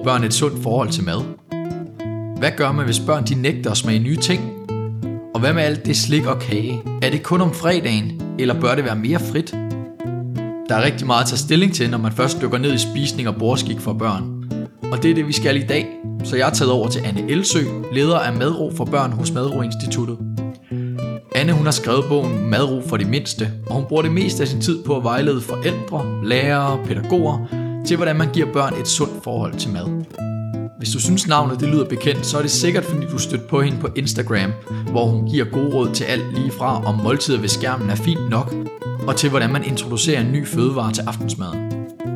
får børn et sundt forhold til mad? Hvad gør man, hvis børn de nægter at smage nye ting? Og hvad med alt det slik og kage? Er det kun om fredagen, eller bør det være mere frit? Der er rigtig meget at tage stilling til, når man først dykker ned i spisning og bordskik for børn. Og det er det, vi skal i dag. Så jeg har taget over til Anne Elsø, leder af Madro for børn hos Madro-instituttet. Anne hun har skrevet bogen Madro for de mindste, og hun bruger det meste af sin tid på at vejlede forældre, lærere, pædagoger til hvordan man giver børn et sundt forhold til mad. Hvis du synes navnet det lyder bekendt, så er det sikkert fordi du stødt på hende på Instagram, hvor hun giver gode råd til alt lige fra om måltider ved skærmen er fint nok, og til hvordan man introducerer en ny fødevare til aftensmaden.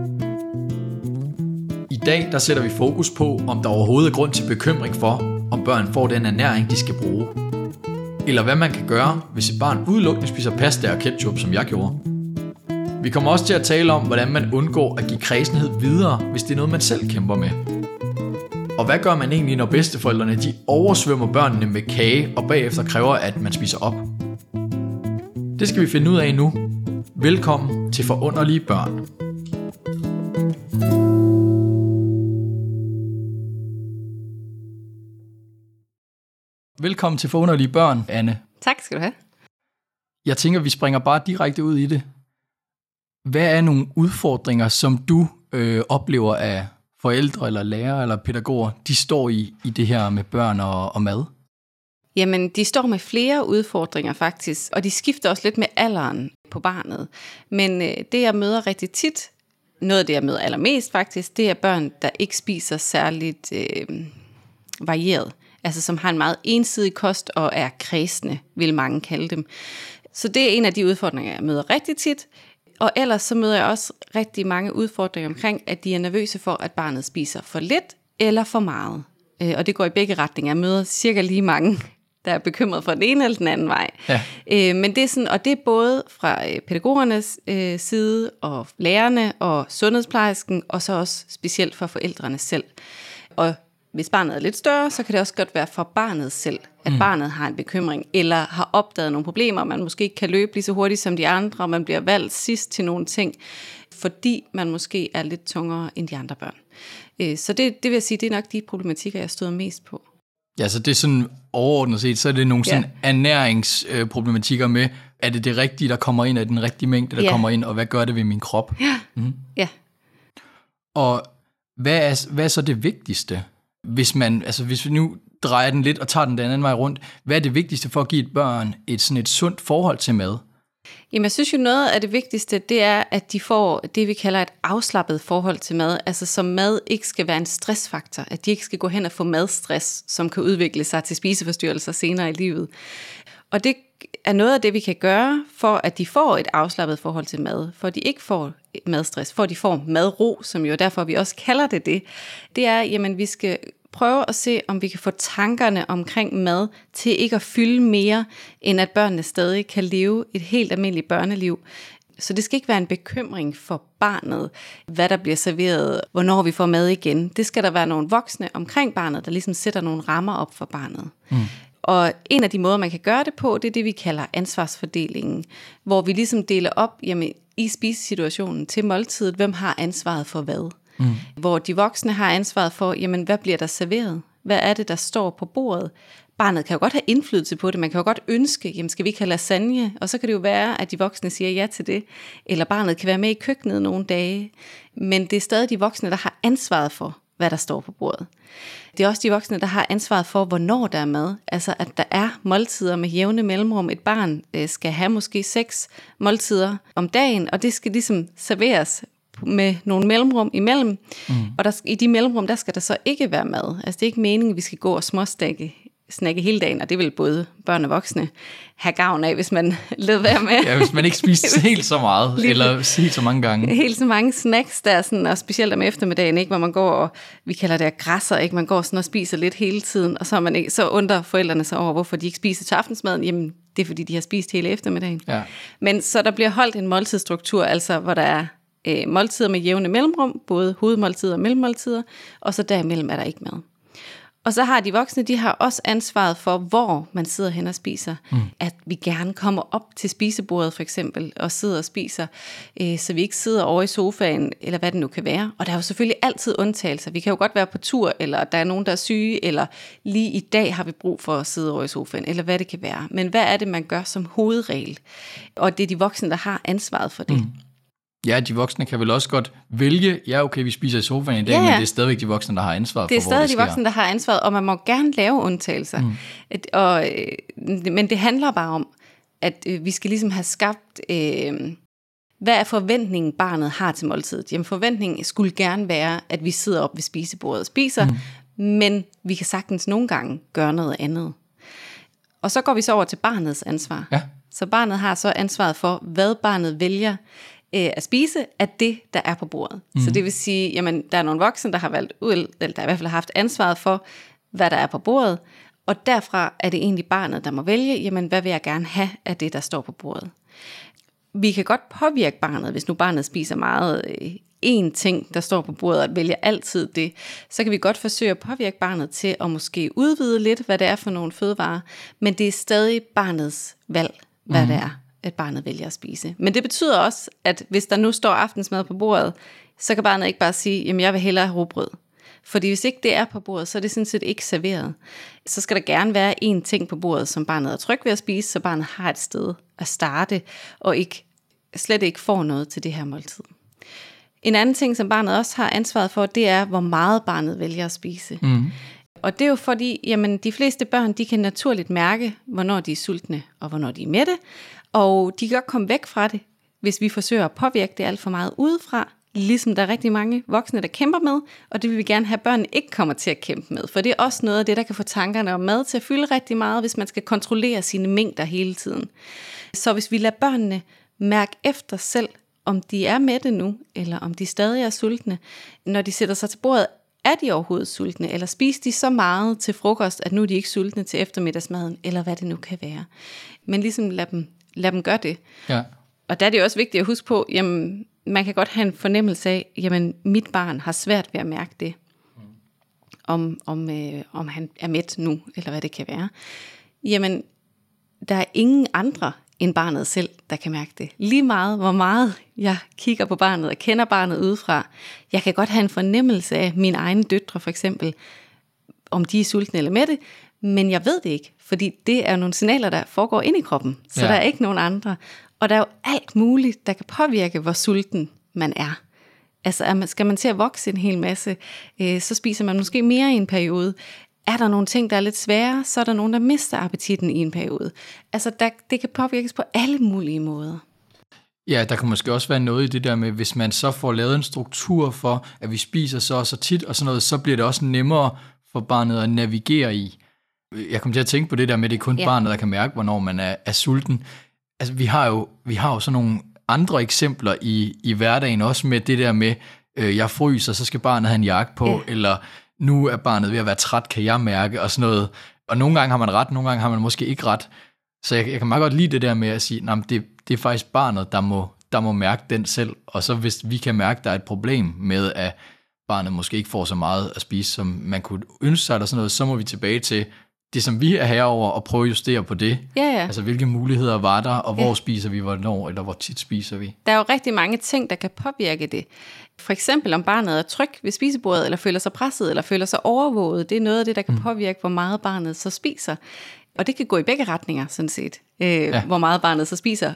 I dag der sætter vi fokus på, om der overhovedet er grund til bekymring for, om børn får den ernæring, de skal bruge. Eller hvad man kan gøre, hvis et barn udelukkende spiser pasta og ketchup, som jeg gjorde. Vi kommer også til at tale om, hvordan man undgår at give kræsenhed videre, hvis det er noget, man selv kæmper med. Og hvad gør man egentlig, når bedsteforældrene de oversvømmer børnene med kage og bagefter kræver, at man spiser op? Det skal vi finde ud af nu. Velkommen til Forunderlige Børn. Velkommen til Forunderlige Børn, Anne. Tak skal du have. Jeg tænker, vi springer bare direkte ud i det. Hvad er nogle udfordringer, som du oplever af forældre eller lærere eller pædagoger, de står i det her med børn og mad? Jamen, de står med flere udfordringer faktisk, og de skifter også lidt med alderen på barnet. Men det, jeg møder rigtig tit, noget af det, jeg møder allermest faktisk, det er børn, der ikke spiser særligt varieret. Altså som har en meget ensidig kost og er kræsne, vil mange kalde dem. Så det er en af de udfordringer, jeg møder rigtig tit. Og ellers så møder jeg også rigtig mange udfordringer omkring, at de er nervøse for, at barnet spiser for lidt eller for meget. Og det går i begge retninger. Jeg møder cirka lige mange, der er bekymret for den ene eller den anden vej. Ja. Men det er sådan, og det er både fra pædagogernes side, og lærerne og sundhedsplejersken, og så også specielt for forældrene selv. Og hvis barnet er lidt større, så kan det også godt være for barnet selv, at barnet har en bekymring, eller har opdaget nogle problemer, man måske ikke kan løbe lige så hurtigt som de andre, og man bliver valgt sidst til nogle ting, fordi man måske er lidt tungere end de andre børn. Så det vil jeg sige, det er nok de problematikker, jeg støder mest på. Ja, så det er sådan overordnet set, så er det nogle sådan ernæringsproblematikker med, er det det rigtige, der kommer ind, er det den rigtige mængde, der kommer ind, og hvad gør det ved min krop? Ja. Ja. Og hvad er så det vigtigste? Hvis vi nu drejer den lidt og tager den anden vej rundt, hvad er det vigtigste for at give et børn et sundt forhold til mad? Jamen, jeg synes jo noget af det vigtigste, det er, at de får det, vi kalder et afslappet forhold til mad. Altså, så mad ikke skal være en stressfaktor. At de ikke skal gå hen og få madstress, som kan udvikle sig til spiseforstyrrelser senere i livet. Og det er noget af det, vi kan gøre, for at de får et afslappet forhold til mad. For at de ikke får madstress, for at de får madro, som jo derfor vi også kalder det. Det er, jamen vi skal prøve at se, om vi kan få tankerne omkring mad til ikke at fylde mere, end at børnene stadig kan leve et helt almindeligt børneliv. Så det skal ikke være en bekymring for barnet, hvad der bliver serveret, hvornår vi får mad igen. Det skal der være nogle voksne omkring barnet, der ligesom sætter nogle rammer op for barnet. Og en af de måder, man kan gøre det på, det er det, vi kalder ansvarsfordelingen, hvor vi ligesom deler op i spisesituationen til måltidet, hvem har ansvaret for hvad. Hvor de voksne har ansvaret for, jamen, hvad bliver der serveret? Hvad er det, der står på bordet? Barnet kan jo godt have indflydelse på det. Man kan jo godt ønske, jamen, skal vi ikke have lasagne? Og så kan det jo være, at de voksne siger ja til det. Eller barnet kan være med i køkkenet nogle dage. Men det er stadig de voksne, der har ansvaret for, hvad der står på bordet. Det er også de voksne, der har ansvaret for, hvornår der er mad. Altså, at der er måltider med jævne mellemrum. Et barn skal have måske 6 måltider om dagen, og det skal ligesom serveres med nogle mellemrum imellem. Og i de mellemrum, der skal der så ikke være mad. Altså, det er ikke meningen, at vi skal gå og snakke hele dagen, og det vil både børn og voksne have gavn af, hvis man led være med. Ja, hvis man ikke spiser helt så meget, eller helt så mange gange. Helt så mange snacks der, sådan, og specielt om eftermiddagen, ikke, hvor man går og, vi kalder det græsser, ikke, man går sådan og spiser lidt hele tiden, og så undrer forældrene sig over, hvorfor de ikke spiser til aftensmaden. Jamen, det er fordi, de har spist hele eftermiddagen. Ja. Men så der bliver holdt en måltidsstruktur, altså hvor der er måltider med jævne mellemrum, både hovedmåltider og mellemmåltider, og så derimellem er der ikke mad. Og så har de voksne, de har også ansvaret for, hvor man sidder hen og spiser. At vi gerne kommer op til spisebordet for eksempel, og sidder og spiser, så vi ikke sidder over i sofaen, eller hvad det nu kan være. Og der er jo selvfølgelig altid undtagelser. Vi kan jo godt være på tur, eller der er nogen, der er syge, eller lige i dag har vi brug for at sidde over i sofaen, eller hvad det kan være. Men hvad er det, man gør som hovedregel? Og det er de voksne, der har ansvaret for det. Ja, de voksne kan vel også godt vælge, ja okay, vi spiser i sofaen i dag, men det er stadigvæk de voksne, der har ansvaret for, hvor det sker. Det er stadig de voksne, der har ansvaret, og man må gerne lave undtagelser. Men det handler bare om, at vi skal ligesom have skabt, hvad er forventningen, barnet har til måltidet? Jamen forventningen skulle gerne være, at vi sidder op ved spisebordet og spiser, men vi kan sagtens nogle gange gøre noget andet. Og så går vi så over til barnets ansvar. Ja. Så barnet har så ansvaret for, hvad barnet vælger at spise af det, der er på bordet. Så det vil sige, jamen, der er nogle voksne, der har valgt ud, eller der i hvert fald har haft ansvaret for, hvad der er på bordet, og derfra er det egentlig barnet, der må vælge, jamen, hvad vil jeg gerne have af det, der står på bordet. Vi kan godt påvirke barnet, hvis nu barnet spiser meget én ting, der står på bordet, og vælger altid det, så kan vi godt forsøge at påvirke barnet til at måske udvide lidt, hvad det er for nogle fødevarer, men det er stadig barnets valg, hvad det er, at barnet vælger at spise. Men det betyder også, at hvis der nu står aftensmad på bordet, så kan barnet ikke bare sige, jamen jeg vil hellere have rugbrød. Fordi hvis ikke det er på bordet, så er det sådan set ikke serveret. Så skal der gerne være én ting på bordet, som barnet er tryg ved at spise, så barnet har et sted at starte, og slet ikke får noget til det her måltid. En anden ting, som barnet også har ansvaret for, det er, hvor meget barnet vælger at spise. Og det er jo fordi, jamen de fleste børn, de kan naturligt mærke, hvornår de er sultne, og hvornår de er mætte. Og de kan godt komme væk fra det, hvis vi forsøger at påvirke det alt for meget udefra, ligesom der er rigtig mange voksne, der kæmper med, og det vil vi gerne have, at børnene ikke kommer til at kæmpe med. For det er også noget af det, der kan få tankerne om mad til at fylde rigtig meget, hvis man skal kontrollere sine mængder hele tiden. Så hvis vi lader børnene mærke efter selv, om de er mætte nu, eller om de stadig er sultne, når de sætter sig til bordet, er de overhovedet sultne, eller spiser de så meget til frokost, at nu er de ikke sultne til eftermiddagsmaden, eller hvad det nu kan være. Men ligesom lad dem gøre det. Ja. Og der er det også vigtigt at huske på, jamen, man kan godt have en fornemmelse af, jamen, mit barn har svært ved at mærke det, om han er mæt nu, eller hvad det kan være. Jamen, der er ingen andre end barnet selv, der kan mærke det. Lige meget, hvor meget jeg kigger på barnet og kender barnet udefra. Jeg kan godt have en fornemmelse af mine egne døtre, for eksempel, om de er sultne eller mætte, men jeg ved det ikke, fordi det er nogle signaler, der foregår ind i kroppen, så der er ikke nogen andre. Og der er jo alt muligt, der kan påvirke, hvor sulten man er. Altså, skal man til at vokse en hel masse, så spiser man måske mere i en periode. Er der nogle ting, der er lidt svære, så er der nogen, der mister appetitten i en periode. Altså, det kan påvirkes på alle mulige måder. Ja, der kan måske også være noget i det der med, hvis man så får lavet en struktur for, at vi spiser så tit og sådan noget, så bliver det også nemmere for barnet at navigere i. Jeg kom til at tænke på det der med, at det er kun barnet, der kan mærke, hvornår man er sulten. Altså, vi har jo sådan nogle andre eksempler i hverdagen, også med det der med, jeg fryser, så skal barnet have en jakke på, eller nu er barnet ved at være træt, kan jeg mærke, og sådan noget. Og nogle gange har man ret, nogle gange har man måske ikke ret. Så jeg kan meget godt lide det der med at sige, det er faktisk barnet, der må mærke den selv. Og så hvis vi kan mærke, der er et problem med, at barnet måske ikke får så meget at spise, som man kunne ønske sig, eller sådan noget, så må vi tilbage til det, som vi er herover og prøve at justere på det. Ja. Altså, hvilke muligheder var der, og hvor spiser vi, hvornår, eller hvor tit spiser vi? Der er jo rigtig mange ting, der kan påvirke det. For eksempel, om barnet er tryg ved spisebordet, eller føler sig presset, eller føler sig overvåget. Det er noget af det, der kan påvirke, hvor meget barnet så spiser. Og det kan gå i begge retninger, sådan set. Hvor meget barnet så spiser,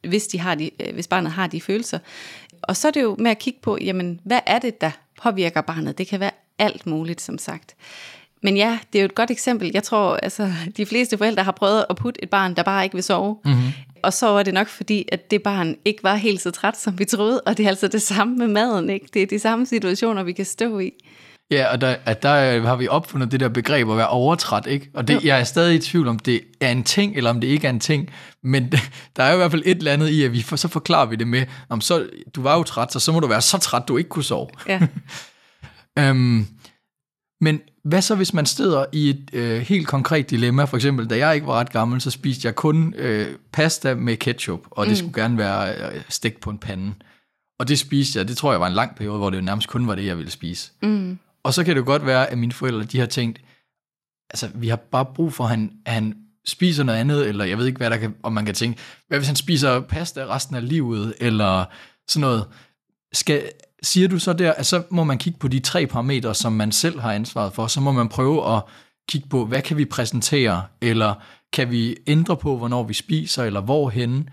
hvis barnet har de følelser. Og så er det jo med at kigge på, jamen, hvad er det, der påvirker barnet? Det kan være alt muligt, som sagt. Men ja, det er jo et godt eksempel. Jeg tror, altså, de fleste forældre har prøvet at putte et barn, der bare ikke vil sove. Og så var det nok fordi, at det barn ikke var helt så træt, som vi troede. Og det er altså det samme med maden, ikke? Det er de samme situationer, vi kan stå i. Ja, og der har vi opfundet det der begreb at være overtræt, ikke? Og det, jeg er stadig i tvivl om det er en ting, eller om det ikke er en ting. Men der er jo i hvert fald et eller andet i, at så forklarer vi det med, om så du var jo træt, så må du være så træt, du ikke kunne sove. Ja. Men hvad så, hvis man steder i et helt konkret dilemma? For eksempel, da jeg ikke var ret gammel, så spiste jeg kun pasta med ketchup, og det skulle gerne være stegt på en pande. Og det spiste jeg, det tror jeg var en lang periode, hvor det nærmest kun var det, jeg ville spise. Og så kan det jo godt være, at mine forældre, de har tænkt, altså, vi har bare brug for, at han spiser noget andet, eller jeg ved ikke, hvad der kan, om man kan tænke, hvad hvis han spiser pasta resten af livet, eller sådan noget. Siger du så der, at så må man kigge på de 3 parametre, som man selv har ansvaret for, så må man prøve at kigge på, hvad kan vi præsentere, eller kan vi ændre på, hvornår vi spiser, eller hvorhenne.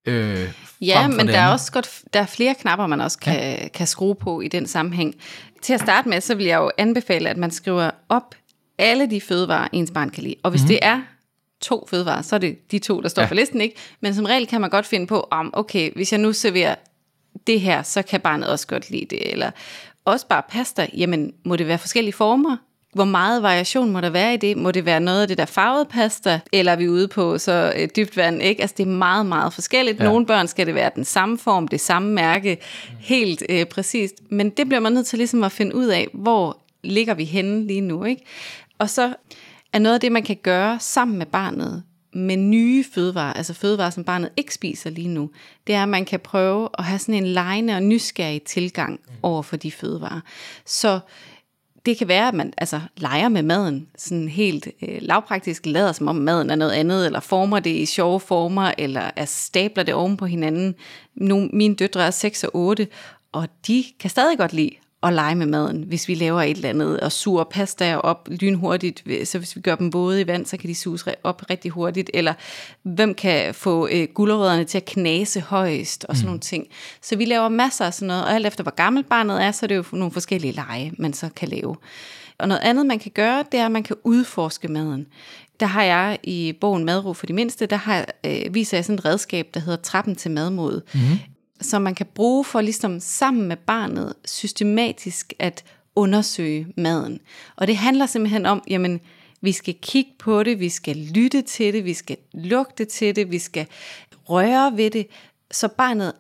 Ja, men der er flere knapper, man også kan skrue på i den sammenhæng. Til at starte med, så vil jeg jo anbefale, at man skriver op alle de fødevarer, ens barn kan lide. Og hvis det er 2 fødevarer, så er det de 2, der står på listen, ikke? Men som regel kan man godt finde på, okay, hvis jeg nu serverer det her, så kan barnet også godt lide det. Eller også bare pasta, jamen må det være forskellige former? Hvor meget variation må der være i det? Må det være noget af det der farvede pasta, eller er vi ude på så dybt vand, ikke? Altså det er meget, meget forskelligt. Ja. Nogle børn skal det være den samme form, det samme mærke, helt præcist. Men det bliver man nødt til ligesom at finde ud af, hvor ligger vi henne lige nu, ikke? Og så er noget af det, man kan gøre sammen med barnet, med nye fødevarer, altså fødevarer, som barnet ikke spiser lige nu, det er, at man kan prøve at have sådan en legende og nysgerrig tilgang over for de fødevarer. Så det kan være, at man leger med maden, sådan helt lavpraktisk, lader som om maden er noget andet, eller former det i sjove former, eller stabler det oven på hinanden. Mine døtre er 6 og 8, og de kan stadig godt lide at lege med maden, hvis vi laver et eller andet, og suger pasta op lynhurtigt, så hvis vi gør dem våde i vand, så kan de suges op rigtig hurtigt, eller hvem kan få gulerødderne til at knase højst, og sådan nogle ting. Så vi laver masser af sådan noget, og alt efter hvor gammelt barnet er, så er det jo nogle forskellige lege, man så kan lave. Og noget andet, man kan gøre, det er, at man kan udforske maden. Der har jeg i bogen Madro for de mindste, viser jeg sådan et redskab, der hedder Trappen til madmod, som man kan bruge for ligesom sammen med barnet systematisk at undersøge maden. Og det handler simpelthen om, jamen, vi skal kigge på det, vi skal lytte til det, vi skal lugte til det, vi skal røre ved det, så barnet,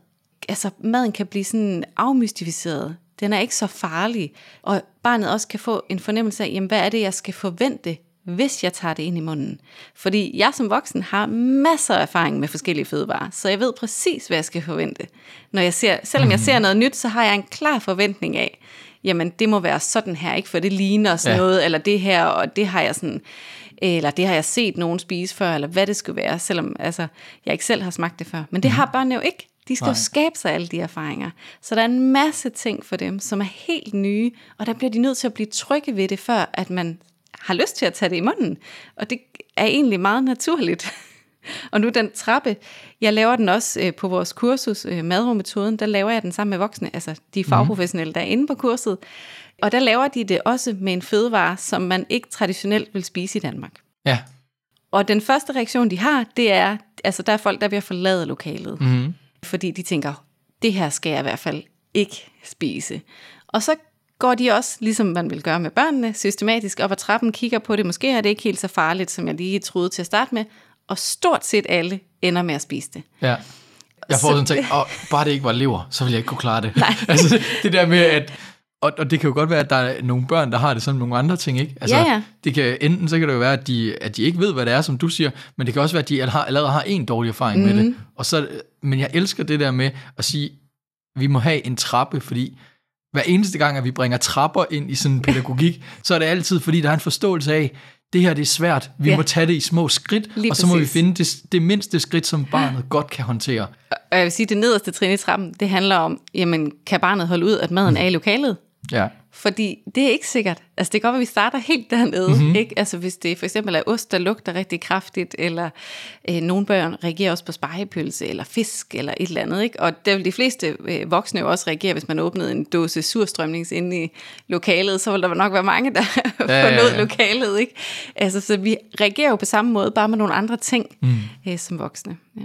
maden kan blive sådan afmystificeret. Den er ikke så farlig, og barnet også kan få en fornemmelse af, jamen, hvad er det, jeg skal forvente, hvis jeg tager det ind i munden. Fordi jeg som voksen har masser af erfaring med forskellige fødevarer, så jeg ved præcis, hvad jeg skal forvente. Selvom jeg ser noget nyt, så har jeg en klar forventning af, jamen det må være sådan her, ikke? For det ligner sådan noget, eller det her, og det har jeg sådan, eller det har jeg set nogen spise før, eller hvad det skulle være, selvom jeg ikke selv har smagt det før. Men det har børnene jo ikke. De skal jo skabe sig alle de erfaringer. Så der er en masse ting for dem, som er helt nye, og der bliver de nødt til at blive trygge ved det, før at man har lyst til at tage det i munden. Og det er egentlig meget naturligt. Og nu den trappe, jeg laver den også på vores kursus, Madro-metoden, der laver jeg den sammen med voksne, altså de fagprofessionelle, der er inde på kurset. Og der laver de det også med en fødevare, som man ikke traditionelt vil spise i Danmark. Ja. Og den første reaktion, de har, det er, der er folk, der vil forlade lokalet. Fordi de tænker, det her skal jeg i hvert fald ikke spise. Og så går de også, ligesom man vil gøre med børnene, systematisk op ad trappen, kigger på det. Måske er det ikke helt så farligt, som jeg lige troede til at starte med. Og stort set alle ender med at spise det. Ja. Jeg får sådan tænkt, bare det ikke var lever, så ville jeg ikke kunne klare det. Altså det der med, at og det kan jo godt være, at der er nogle børn, der har det sådan nogle andre ting, ikke? Altså, det kan, enten så kan det jo være, at de ikke ved, hvad det er, som du siger, men det kan også være, at de allerede har en dårlig erfaring med det. Og så, men jeg elsker det der med at sige, vi må have en trappe, fordi hver eneste gang, at vi bringer trapper ind i sådan en pædagogik, så er det altid, fordi der er en forståelse af, det her det er svært, vi må tage det i små skridt, og så må vi finde det mindste skridt, som barnet godt kan håndtere. Og jeg vil sige, det nederste trin i trappen, det handler om, jamen, kan barnet holde ud, at maden er i lokalet? Ja. Fordi det er ikke sikkert. Altså det kan godt være, at vi starter helt dernede, ikke? Altså hvis det for eksempel er ost, der lugter rigtig kraftigt, eller nogle børn reagerer også på spegepølse, eller fisk, eller et eller andet, ikke? Og der vil de fleste voksne jo også reagere, hvis man åbnede en dåse surstrømnings inde i lokalet, så vil der nok være mange, der forlod lokalet, ikke? Altså så vi reagerer jo på samme måde, bare med nogle andre ting som voksne. Ja.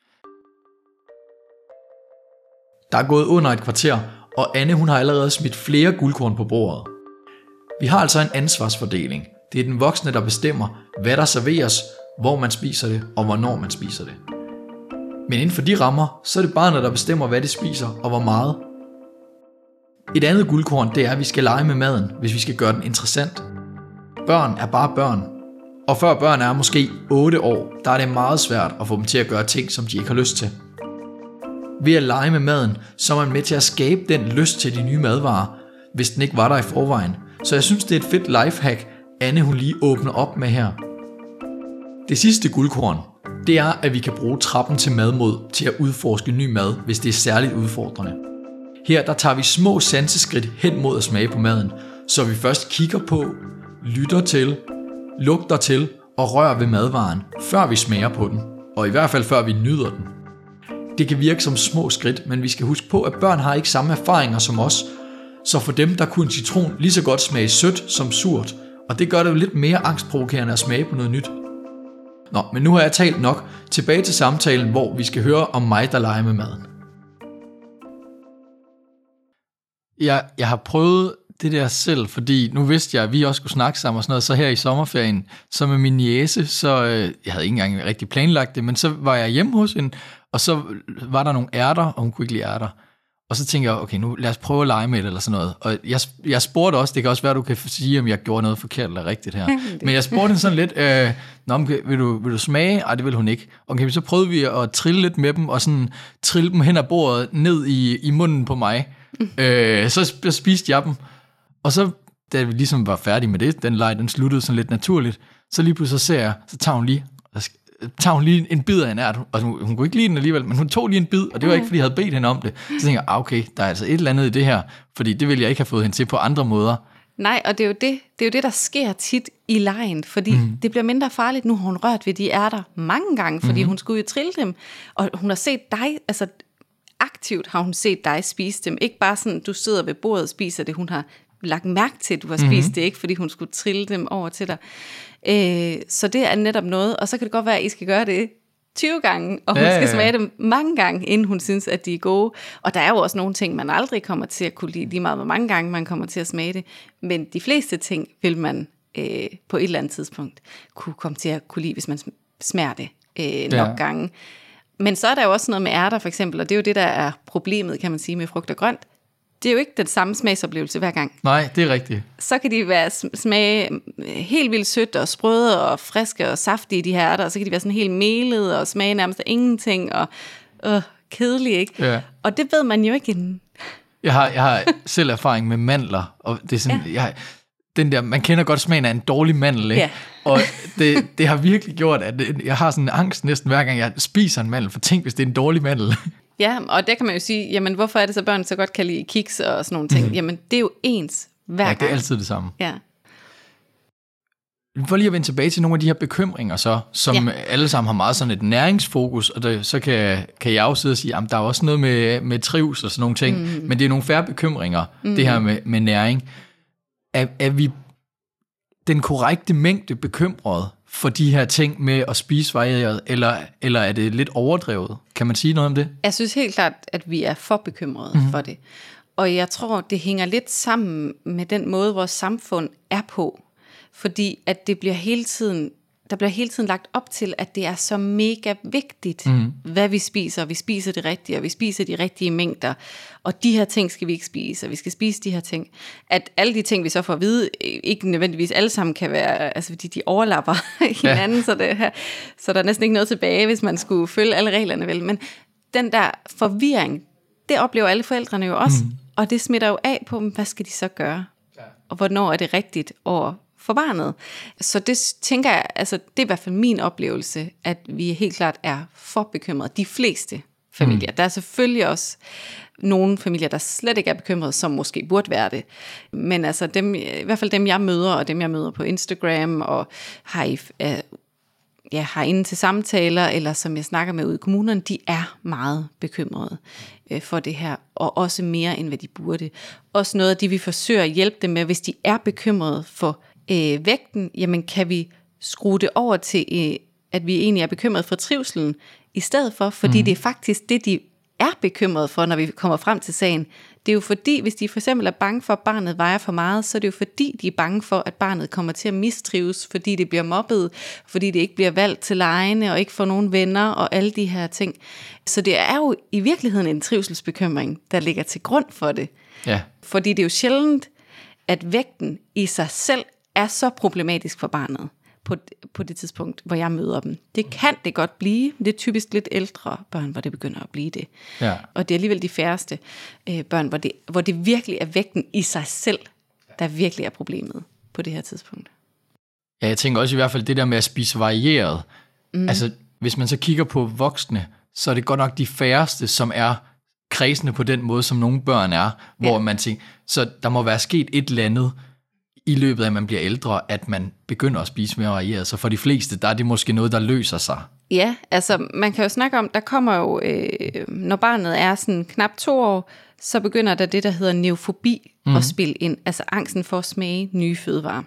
Der er gået under et kvarter, og Anne hun har allerede smidt flere guldkorn på bordet. Vi har altså en ansvarsfordeling. Det er den voksne, der bestemmer, hvad der serveres, hvor man spiser det, og hvornår man spiser det. Men inden for de rammer, så er det barnet, der bestemmer, hvad det spiser, og hvor meget. Et andet guldkorn, det er, at vi skal lege med maden, hvis vi skal gøre den interessant. Børn er bare børn. Og før børn er måske 8 år, der er det meget svært at få dem til at gøre ting, som de ikke har lyst til. Ved at lege med maden, så er man med til at skabe den lyst til de nye madvarer, hvis den ikke var der i forvejen. Så jeg synes, det er et fedt lifehack, Anne hun lige åbner op med her. Det sidste guldkorn, det er, at vi kan bruge trappen til madmod til at udforske ny mad, hvis det er særligt udfordrende. Her der tager vi små sanseskridt hen mod at smage på maden, så vi først kigger på, lytter til, lugter til og rører ved madvaren, før vi smager på den, og i hvert fald før vi nyder den. Det kan virke som små skridt, men vi skal huske på, at børn har ikke samme erfaringer som os, så for dem der kunne en citron lige så godt smage sødt som surt, og det gør det jo lidt mere angstprovokerende at smage på noget nyt. Nå, men nu har jeg talt nok. Tilbage til samtalen, hvor vi skal høre om mig, der leger med maden. Jeg har prøvet det der selv, fordi nu vidste jeg, at vi også skulle snakke sammen og sådan noget, så her i sommerferien, så med min niece, så jeg havde ikke engang rigtig planlagt det, men så var jeg hjemme hos hende, og så var der nogle ærter, og hun kunne ikke lide ærter. Og så tænker jeg, okay, nu lad os prøve at lege med det, eller sådan noget. Og jeg spurgte også, det kan også være, du kan sige, om jeg gjorde noget forkert eller rigtigt her. Men jeg spurgte hende sådan lidt, vil du smage? Ej, det vil hun ikke. Okay, så prøvede vi at trille lidt med dem, og sådan trille dem hen ad bordet, ned i munden på mig. Så spiste jeg dem. Og så, da vi ligesom var færdige med det, den leg, den sluttede sådan lidt naturligt, så lige pludselig så ser jeg, så tager hun lige en bid af en ært, og hun kunne ikke lide den alligevel, men hun tog lige en bid, og det var ikke, fordi jeg havde bedt hende om det. Så tænkte jeg, okay, der er altså et eller andet i det her, fordi det ville jeg ikke have fået hende til på andre måder. Nej, og det er jo det, der sker tit i legen, fordi det bliver mindre farligt. Nu har hun rørt ved de ærter mange gange, fordi hun skulle jo trille dem, og hun har set dig, altså aktivt har hun set dig spise dem, ikke bare sådan, du sidder ved bordet og spiser det, hun har lagt mærke til, at du har spist det, ikke fordi hun skulle trille dem over til dig. Så det er netop noget, og så kan det godt være, at I skal gøre det 20 gange, og hun skal smage dem mange gange, inden hun synes, at de er gode. Og der er jo også nogle ting, man aldrig kommer til at kunne lide, lige meget hvor mange gange man kommer til at smage det. Men de fleste ting vil man på et eller andet tidspunkt kunne komme til at kunne lide, hvis man smager det nok gange. Men så er der jo også noget med ærter for eksempel, og det er jo det, der er problemet, kan man sige, med frugt og grønt. Det er jo ikke den samme smagsoplevelse hver gang. Nej, det er rigtigt. Så kan de være smage helt vildt sødt og sprøde og friske og saftige, de her ærter, og så kan de være sådan helt melede og smage nærmest af ingenting og kedelige, ikke? Ja. Og det ved man jo ikke inden. Jeg har selv erfaring med mandler, og det er sådan, den der, man kender godt smagen af en dårlig mandel, ikke? Ja. Og det har virkelig gjort, at jeg har sådan en angst næsten hver gang, jeg spiser en mandel, for tænk, hvis det er en dårlig mandel. Ja, og der kan man jo sige, jamen hvorfor er det så børn så godt kan lide kiks og sådan nogle ting? Jamen det er jo ens hver gang. Ja, det er altid det samme. Ja. For lige at vende tilbage til nogle af de her bekymringer så, som alle sammen har meget sådan et næringsfokus, og så kan jeg også sidde og sige, at der er også noget med trivs og sådan nogle ting, men det er nogle færre bekymringer, det her med næring. Er vi den korrekte mængde bekymret for de her ting med at spise varieret, eller er det lidt overdrevet? Kan man sige noget om det? Jeg synes helt klart, at vi er for bekymrede for det. Og jeg tror, det hænger lidt sammen med den måde, vores samfund er på. Fordi at det bliver der bliver hele tiden lagt op til, at det er så mega vigtigt, hvad vi spiser. Vi spiser det rigtige, og vi spiser de rigtige mængder. Og de her ting skal vi ikke spise, og vi skal spise de her ting. At alle de ting, vi så får at vide, ikke nødvendigvis alle sammen kan være, altså fordi de overlapper hinanden, så der er næsten ikke noget tilbage, hvis man skulle følge alle reglerne vel. Men den der forvirring, det oplever alle forældrene jo også, og det smitter jo af på dem, hvad skal de så gøre? Og hvornår er det rigtigt over for barnet. Så det tænker jeg, altså det er i hvert fald min oplevelse, at vi helt klart er for bekymrede. De fleste familier. Der er selvfølgelig også nogle familier, der slet ikke er bekymrede, som måske burde være det. Men altså dem, i hvert fald dem jeg møder, og dem jeg møder på Instagram, og har inde til samtaler, eller som jeg snakker med ude i kommunerne, de er meget bekymrede for det her, og også mere end hvad de burde. Også noget af det, vi forsøger at hjælpe dem med, hvis de er bekymrede for vægten, jamen kan vi skrue det over til, at vi egentlig er bekymrede for trivselen, i stedet for, fordi det er faktisk det, de er bekymrede for, når vi kommer frem til sagen. Det er jo fordi, hvis de for eksempel er bange for, at barnet vejer for meget, så er det jo fordi, de er bange for, at barnet kommer til at mistrives, fordi det bliver mobbet, fordi det ikke bliver valgt til legene, og ikke får nogen venner, og alle de her ting. Så det er jo i virkeligheden en trivselsbekymring, der ligger til grund for det. Ja. Fordi det er jo sjældent, at vægten i sig selv er så problematisk for barnet på det tidspunkt, hvor jeg møder dem. Det kan det godt blive. Det er typisk lidt ældre børn, hvor det begynder at blive det. Ja. Og det er alligevel de færreste børn, hvor det virkelig er vægten i sig selv, der virkelig er problemet på det her tidspunkt. Ja, jeg tænker også i hvert fald det der med at spise varieret. Altså, hvis man så kigger på voksne, så er det godt nok de færreste, som er kredsende på den måde, som nogle børn er, hvor man tænker, så der må være sket et eller andet i løbet af, at man bliver ældre, at man begynder at spise mere varieret. Så for de fleste, der er det måske noget, der løser sig. Ja, altså man kan jo snakke om, der kommer jo, når barnet er sådan knap 2 år, så begynder der det, der hedder neofobi at spille ind. Altså angsten for at smage nye fødevarer.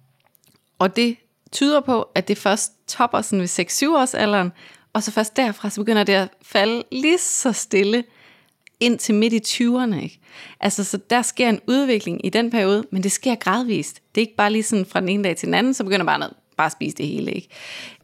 Og det tyder på, at det først topper sådan ved 6-7 års alderen, og så først derfra, så begynder det at falde lige så stille ind til midt i 20'erne. Ikke? Altså, så der sker en udvikling i den periode, men det sker gradvist. Det er ikke bare lige sådan fra den ene dag til den anden, så begynder barnet bare at spise det hele. Ikke?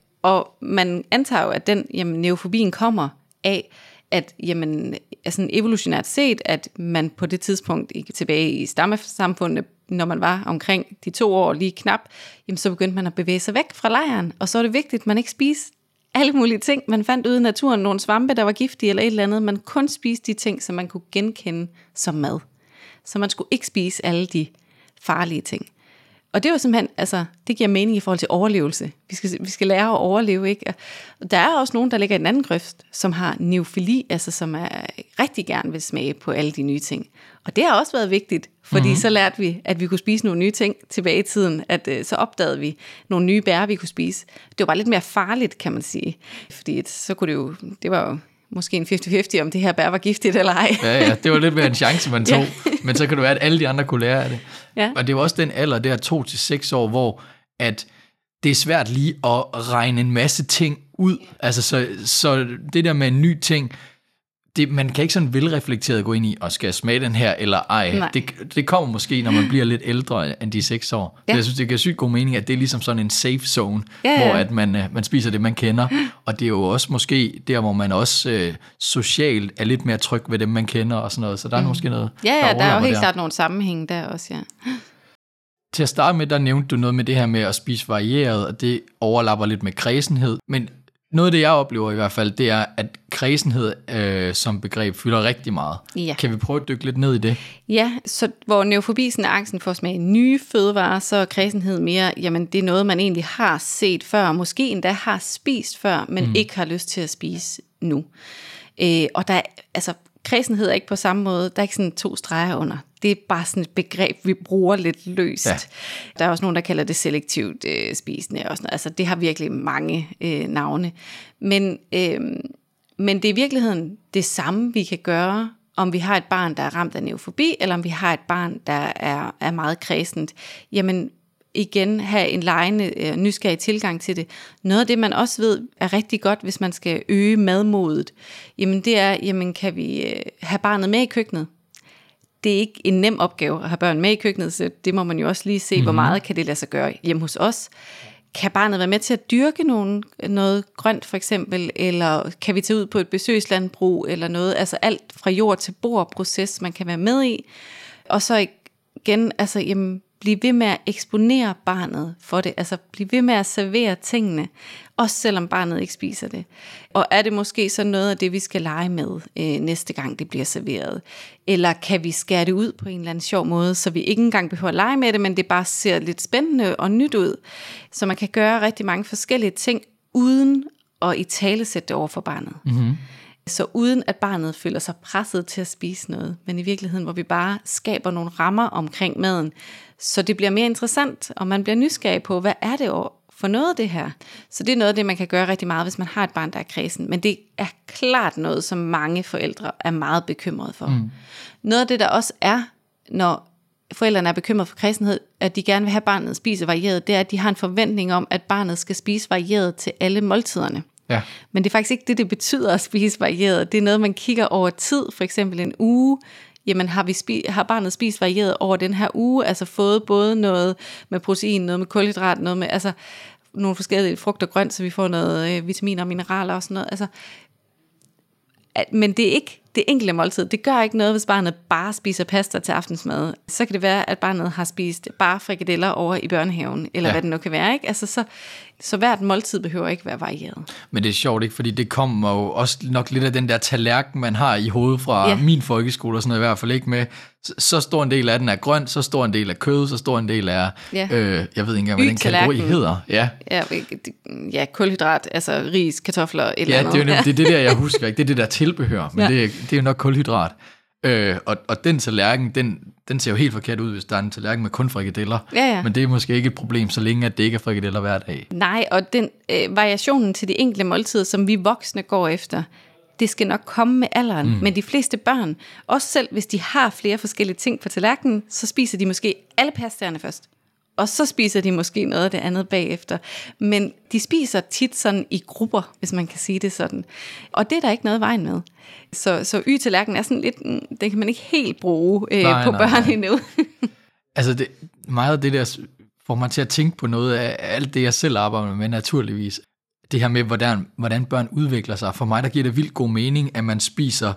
Og man antager jo, at den neofobien kommer af, at altså evolutionært set, at man på det tidspunkt tilbage i stammesamfundet, når man var omkring de 2 år lige knap, så begyndte man at bevæge sig væk fra lejren. Og så er det vigtigt, at man ikke spiser alle mulige ting. Man fandt ude i naturen nogle svampe, der var giftige eller et eller andet. Man kun spiste de ting, som man kunne genkende som mad. Så man skulle ikke spise alle de farlige ting. Og det var simpelthen, altså, det giver mening i forhold til overlevelse. Vi skal lære at overleve, ikke? Og der er også nogen, der ligger i den anden grøft, som har neofili, altså som rigtig gerne vil smage på alle de nye ting. Og det har også været vigtigt, fordi så lærte vi, at vi kunne spise nogle nye ting tilbage i tiden, at så opdagede vi nogle nye bær, vi kunne spise. Det var bare lidt mere farligt, kan man sige. Fordi så kunne det var jo måske en 50-50, om det her bær var giftigt eller ej. Ja, det var lidt mere en chance, man tog. Men så kan det være, at alle de andre kunne lære af det. Ja. Og det var også den alder, der 2-6 år, hvor at det er svært lige at regne en masse ting ud. Altså, så det der med en ny ting, man kan ikke sådan velreflekteret gå ind i, og skal jeg smage den her, eller ej. Det kommer måske, når man bliver lidt ældre end de 6 år. Ja. Jeg synes, det giver sygt god mening, at det er ligesom sådan en safe zone, hvor at man spiser det, man kender. Og det er jo også måske der, hvor man også socialt er lidt mere tryg ved dem, man kender og sådan noget. Så der er måske noget, der er jo helt klart nogle sammenhænge der også, ja. Til at starte med, der nævnte du noget med det her med at spise varieret, og det overlapper lidt med kræsenhed. Men noget af det, jeg oplever i hvert fald, det er, at kræsenhed som begreb fylder rigtig meget. Ja. Kan vi prøve at dykke lidt ned i det? Ja, så hvor neofobi er angsten for at smage nye fødevarer, så er kræsenhed mere, jamen det er noget, man egentlig har set før, måske endda har spist før, men ikke har lyst til at spise nu. Og der er, altså kræsenhed er ikke på samme måde, der er ikke sådan 2 streger under. Det er bare sådan et begreb, vi bruger lidt løst. Ja. Der er også nogen, der kalder det selektivt spisende. Og sådan noget. Altså, det har virkelig mange navne. Men det er i virkeligheden det samme, vi kan gøre, om vi har et barn, der er ramt af neofobi, eller om vi har et barn, der er meget kræsent. Jamen, igen have en legende, nysgerrig tilgang til det. Noget af det, man også ved, er rigtig godt, hvis man skal øge madmodet. Jamen, det er, kan vi have barnet med i køkkenet? Det er ikke en nem opgave at have børn med i køkkenet, så det må man jo også lige se, hvor meget kan det lade sig gøre hjemme hos os. Kan barnet være med til at dyrke noget grønt for eksempel, eller kan vi tage ud på et besøgslandbrug eller noget, altså alt fra jord til bord proces, man kan være med i. Og så igen, altså blive ved med at eksponere barnet for det, altså blive ved med at servere tingene, også selvom barnet ikke spiser det. Og er det måske så noget af det, vi skal lege med næste gang det bliver serveret? Eller kan vi skære det ud på en eller anden sjov måde, så vi ikke engang behøver at lege med det, men det bare ser lidt spændende og nyt ud. Så man kan gøre rigtig mange forskellige ting, uden at italesætte det over for barnet. Mm-hmm. Så uden at barnet føler sig presset til at spise noget, men i virkeligheden, hvor vi bare skaber nogle rammer omkring maden, så det bliver mere interessant, og man bliver nysgerrig på, hvad er det for noget af det her? Så det er noget af det, man kan gøre rigtig meget, hvis man har et barn, der er kræsen. Men det er klart noget, som mange forældre er meget bekymrede for. Mm. Noget af det, der også er, når forældrene er bekymret for kræsenhed, at de gerne vil have barnet spise varieret, det er, at de har en forventning om, at barnet skal spise varieret til alle måltiderne. Ja. Men det er faktisk ikke det betyder at spise varieret. Det er noget, man kigger over tid, for eksempel en uge. Jamen har barnet spist varieret over den her uge, altså fået både noget med protein, noget med kulhydrat, noget med altså nogle forskellige frugt og grønt, så vi får noget vitaminer og mineraler og sådan noget. Altså, men det er ikke det enkelte måltid. Det gør ikke noget, hvis barnet bare spiser pasta til aftensmad. Så kan det være, at barnet har spist bare frikadeller over i børnehaven, eller hvad det nu kan være, ikke? Altså så hvert måltid behøver ikke være varieret. Men det er sjovt, ikke? Fordi det kommer jo også nok lidt af den der tallerken, man har i hovedet fra min folkeskole, og sådan noget, i hvert fald ikke med så stor en del af den er grønt, så stor en del af kød, så stor en del er, jeg ved ikke engang, hvad den kategori hedder. Ja, kulhydrat, altså ris, kartofler, et eller andet. Det er det der, jeg husker ikke. Det er det der tilbehør, men det er jo nok kulhydrat. Og den tallerken, den ser jo helt forkert ud, hvis der er en tallerken med kun frikadeller. Ja. Men det er måske ikke et problem, så længe at det ikke er frikadeller hver dag. Nej, og den variationen til de enkelte måltider, som vi voksne går efter, det skal nok komme med alderen. Men de fleste børn, også selv hvis de har flere forskellige ting på tallerkenen, så spiser de måske alle pastaerne først. Og så spiser de måske noget af det andet bagefter. Men de spiser tit sådan i grupper, hvis man kan sige det sådan. Og det er der ikke noget vejen med. Så y-tallerken er sådan lidt, det kan man ikke helt bruge på børn endnu. Altså meget af det der får mig til at tænke på noget af alt det, jeg selv arbejder med naturligvis. Det her med, hvordan børn udvikler sig. For mig, der giver det vildt god mening, at man spiser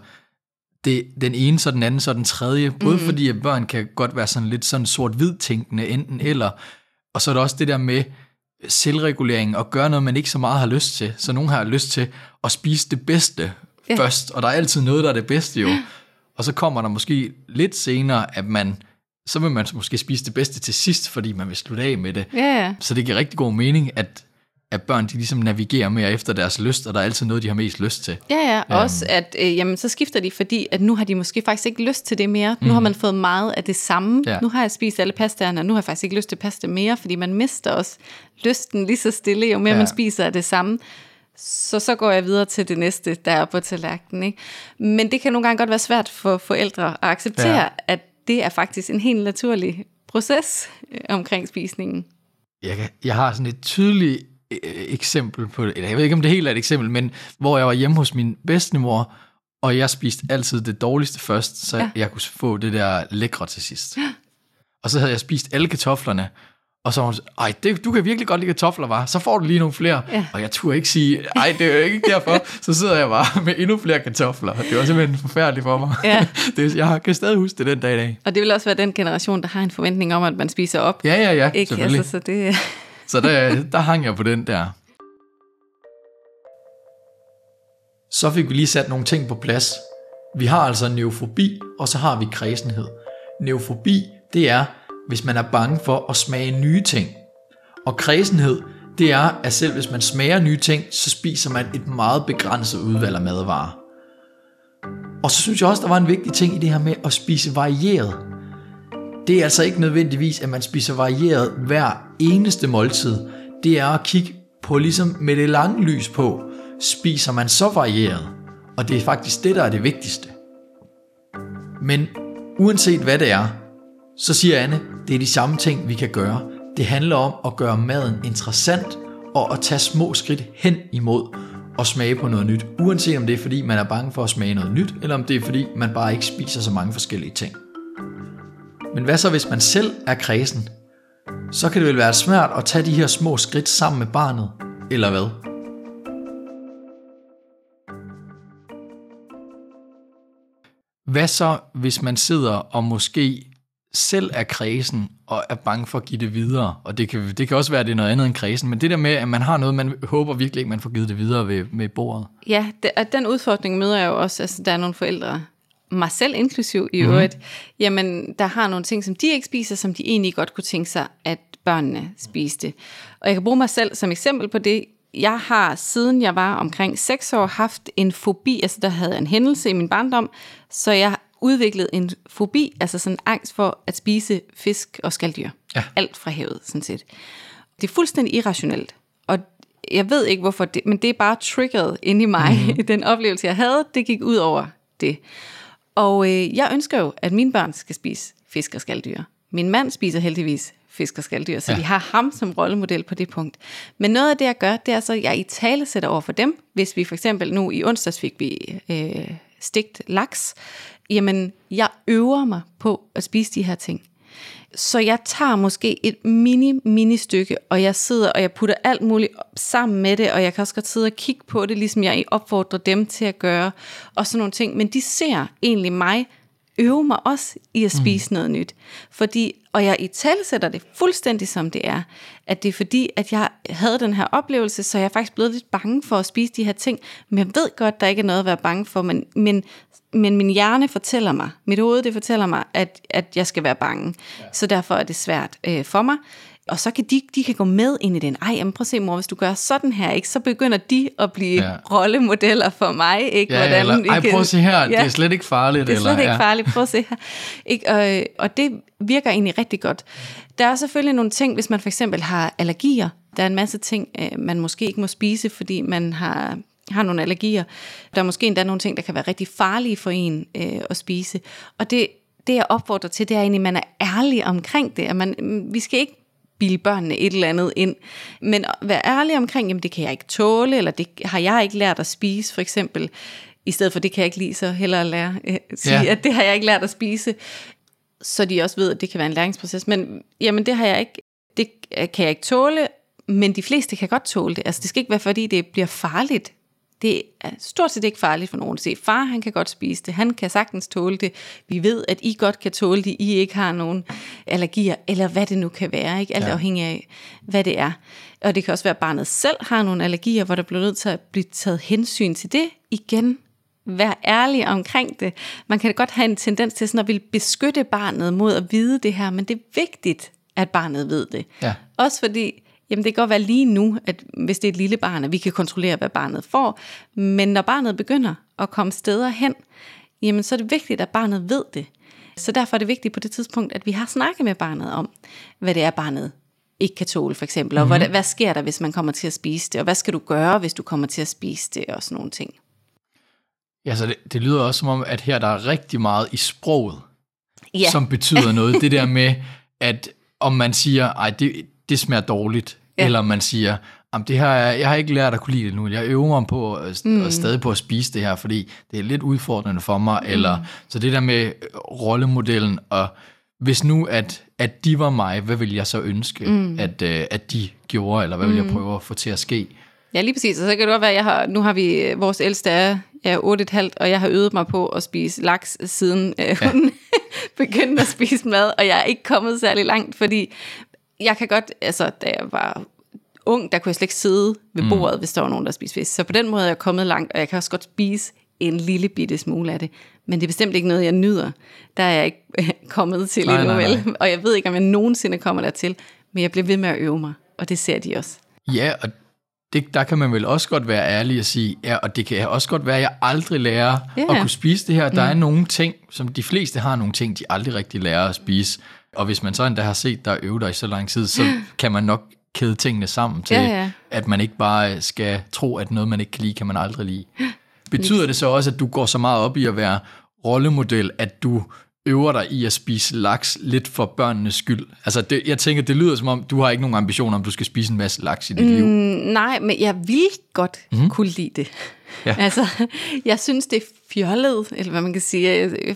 den ene, så den anden, så den tredje. Både fordi, at børn kan godt være sådan lidt sådan sort-hvid tænkende, enten eller. Og så er der også det der med selvregulering, og gøre noget, man ikke så meget har lyst til. Så nogen har lyst til at spise det bedste først, og der er altid noget, der er det bedste jo. Og så kommer der måske lidt senere, at så vil man måske spise det bedste til sidst, fordi man vil slutte af med det. Ja. Så det giver rigtig god mening, at børn, de ligesom navigerer mere efter deres lyst, og der er altid noget, de har mest lyst til. Ja, også at så skifter de, fordi at nu har de måske faktisk ikke lyst til det mere. Nu har man fået meget af det samme. Ja. Nu har jeg spist alle pastaerne, og nu har jeg faktisk ikke lyst til pasta mere, fordi man mister også lysten lige så stille, jo mere man spiser af det samme. Så går jeg videre til det næste, der er på tallerkenen, ikke? Men det kan nogle gange godt være svært for forældre at acceptere, at det er faktisk en helt naturlig proces omkring spisningen. Jeg har sådan et tydeligt eksempel på det, jeg ved ikke om det helt er et eksempel, men hvor jeg var hjemme hos min bedstemor, og jeg spiste altid det dårligste først, så jeg kunne få det der lækre til sidst. Og så havde jeg spist alle kartoflerne, og så var hun du kan virkelig godt lide kartofler, var. Så får du lige nogle flere. Ja. Og jeg turde ikke sige, det er jo ikke derfor. Så sidder jeg bare med endnu flere kartofler. Det var simpelthen forfærdeligt for mig. Ja. Jeg kan stadig huske det den dag i dag. Og det vil også være den generation, der har en forventning om, at man spiser op. Ja, ikke? Selvfølgelig. Altså, så det... Så der hang jeg på den der. Så fik vi lige sat nogle ting på plads. Vi har altså neofobi, og så har vi kræsenhed. Neofobi, det er, hvis man er bange for at smage nye ting. Og kræsenhed, det er, at selv hvis man smager nye ting, så spiser man et meget begrænset udvalg af madvarer. Og så synes jeg også, der var en vigtig ting i det her med at spise varieret. Det er altså ikke nødvendigvis, at man spiser varieret hver eneste måltid. Det er at kigge på ligesom med det lange lys på, spiser man så varieret. Og det er faktisk det, der er det vigtigste. Men uanset hvad det er, så siger Anne, det er de samme ting, vi kan gøre. Det handler om at gøre maden interessant, og at tage små skridt hen imod at smage på noget nyt. Uanset om det er fordi, man er bange for at smage noget nyt, eller om det er fordi, man bare ikke spiser så mange forskellige ting. Men hvad så, hvis man selv er kræsen? Så kan det vel være svært at tage de her små skridt sammen med barnet, eller hvad? Hvad så, hvis man sidder og måske selv er kræsen og er bange for at give det videre? Og det kan også være, at det er noget andet end kræsen, men det der med, at man har noget, man håber virkelig ikke, man får givet det videre med bordet. Ja, den udfordring møder jeg jo også, altså der er nogle forældre, mig selv inklusiv i øvrigt, jamen der har nogle ting, som de ikke spiser, som de egentlig godt kunne tænke sig, at børnene spiste. Og jeg kan bruge mig selv som eksempel på det. Jeg har, siden jeg var omkring 6 år, haft en fobi, altså der havde en hændelse i min barndom, så jeg har udviklet en fobi, altså sådan en angst for at spise fisk og skaldyr. Ja. Alt fra havet, sådan set. Det er fuldstændig irrationelt, og jeg ved ikke hvorfor, men det er bare triggeret inde i mig. Den oplevelse, jeg havde, det gik ud over det. Og jeg ønsker jo, at mine børn skal spise fisk og skaldyr. Min mand spiser heldigvis fisk og skaldyr, så de har ham som rollemodel på det punkt. Men noget af det, jeg gør, det er så, at jeg italesætter over for dem. Hvis vi for eksempel nu i onsdags fik vi stegt laks, jamen jeg øver mig på at spise de her ting. Så jeg tager måske et mini stykke, og jeg sidder, og jeg putter alt muligt sammen med det, og jeg kan også godt sidde og kigge på det, ligesom jeg opfordrer dem til at gøre, og sådan nogle ting. Men de ser egentlig mig øve mig også i at spise noget nyt. Og jeg italesætter det fuldstændig som det er, at det er fordi, at jeg havde den her oplevelse, så jeg er faktisk blevet lidt bange for at spise de her ting. Men jeg ved godt, der ikke er noget at være bange for, men min hjerne fortæller mig, mit hoved det fortæller mig, at jeg skal være bange. Ja. Så derfor er det svært for mig. Og så kan de kan gå med ind i den. Jamen prøv at se, mor, hvis du gør sådan her, ikke, så begynder de at blive rollemodeller for mig. Ikke? Ja, prøv at se her, det er slet ikke farligt. Det er slet ikke farligt, prøv at se her. Ikke? Og det virker egentlig rigtig godt. Der er selvfølgelig nogle ting, hvis man for eksempel har allergier. Der er en masse ting, man måske ikke må spise, fordi man har nogle allergier. Der er måske endda nogle ting, der kan være rigtig farlige for en at spise. Og det jeg opfordrer til, det er egentlig, at man er ærlig omkring det. At vi skal ikke bilde børnene et eller andet ind, men at være ærlig omkring, jamen det kan jeg ikke tåle, eller det har jeg ikke lært at spise, for eksempel. I stedet for, det kan jeg ikke lide, så hellere lære sige, at det har jeg ikke lært at spise. Så de også ved, at det kan være en læringsproces. Men jamen det har jeg ikke, det kan jeg ikke tåle, men de fleste kan godt tåle det. Altså det skal ikke være, fordi det bliver farligt. Det er stort set ikke farligt for nogen at se. Far, han kan godt spise det. Han kan sagtens tåle det. Vi ved, at I godt kan tåle det. I ikke har nogen allergier, eller hvad det nu kan være. Ikke? Alt afhængig af, hvad det er. Og det kan også være, at barnet selv har nogle allergier, hvor der bliver nødt til at blive taget hensyn til det. Igen, vær ærlig omkring det. Man kan godt have en tendens til sådan at ville beskytte barnet mod at vide det her, men det er vigtigt, at barnet ved det. Ja. Også fordi, jamen det kan godt være lige nu, at hvis det er et lille barn, at vi kan kontrollere, hvad barnet får. Men når barnet begynder at komme steder hen, jamen så er det vigtigt, at barnet ved det. Så derfor er det vigtigt på det tidspunkt, at vi har snakket med barnet om, hvad det er, barnet ikke kan tåle, for eksempel. Og hvad sker der, hvis man kommer til at spise det? Og hvad skal du gøre, hvis du kommer til at spise det? Og sådan nogle ting. Ja, så det lyder også som om, at her der er rigtig meget i sproget, som betyder noget. Det der med, at om man siger, ej, det smager dårligt, eller man siger, det her, jeg har ikke lært at kunne lide det nu, jeg øver mig på stadig på at spise det her, fordi det er lidt udfordrende for mig, eller så det der med rollemodellen, og hvis nu, at de var mig, hvad vil jeg så ønske, at de gjorde, eller hvad vil jeg prøve at få til at ske? Ja, lige præcis, og så kan det godt være, nu har vi, vores ældste er 8,5, og jeg har øvet mig på at spise laks, siden hun begyndte at spise mad, og jeg er ikke kommet særlig langt, fordi jeg kan godt, altså da jeg var ung, der kunne jeg slet ikke sidde ved bordet, hvis der var nogen, der spiste fisk. Så på den måde er jeg kommet langt, og jeg kan også godt spise en lille bitte smule af det. Men det er bestemt ikke noget, jeg nyder. Der er jeg ikke kommet til endnu vel. Og jeg ved ikke, om jeg nogensinde kommer dertil, men jeg bliver ved med at øve mig, og det ser de også. Ja, og der kan man vel også godt være ærlig og sige, ja, og det kan også godt være, at jeg aldrig lærer at kunne spise det her. Der er nogle ting, som de fleste har nogle ting, de aldrig rigtig lærer at spise. Og hvis man så endda har set dig øve dig i så lang tid, så kan man nok kæde tingene sammen til, at man ikke bare skal tro, at noget, man ikke kan lide, kan man aldrig lide. Betyder det så også, at du går så meget op i at være rollemodel, at du øver dig i at spise laks lidt for børnenes skyld? Altså, jeg tænker, det lyder som om, du har ikke nogen ambitioner om, du skal spise en masse laks i dit liv. Nej, men jeg vil godt kunne lide det. Ja. Altså, jeg synes, det er fjollet, eller hvad man kan sige,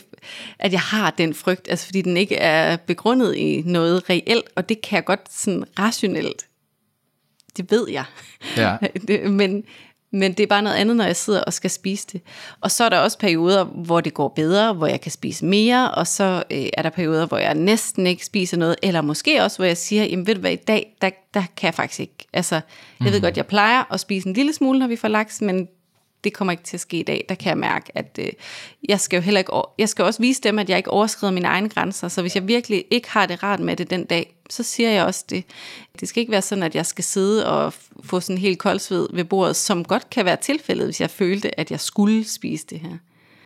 at jeg har den frygt, altså fordi den ikke er begrundet i noget reelt, og det kan jeg godt sådan rationelt. Det ved jeg. Ja. Men det er bare noget andet, når jeg sidder og skal spise det. Og så er der også perioder, hvor det går bedre, hvor jeg kan spise mere, og så er der perioder, hvor jeg næsten ikke spiser noget, eller måske også, hvor jeg siger, jamen ved du hvad, i dag, der kan jeg faktisk ikke. Altså, jeg ved godt, jeg plejer at spise en lille smule, når vi får laks, men det kommer ikke til at ske i dag. Der kan jeg mærke, at jeg skal jo heller ikke, jeg skal også vise dem, at jeg ikke overskrider mine egne grænser. Så hvis jeg virkelig ikke har det rart med det den dag, så siger jeg også det. Det skal ikke være sådan, at jeg skal sidde og få sådan en helt koldsved ved bordet, som godt kan være tilfældet, hvis jeg følte, at jeg skulle spise det her.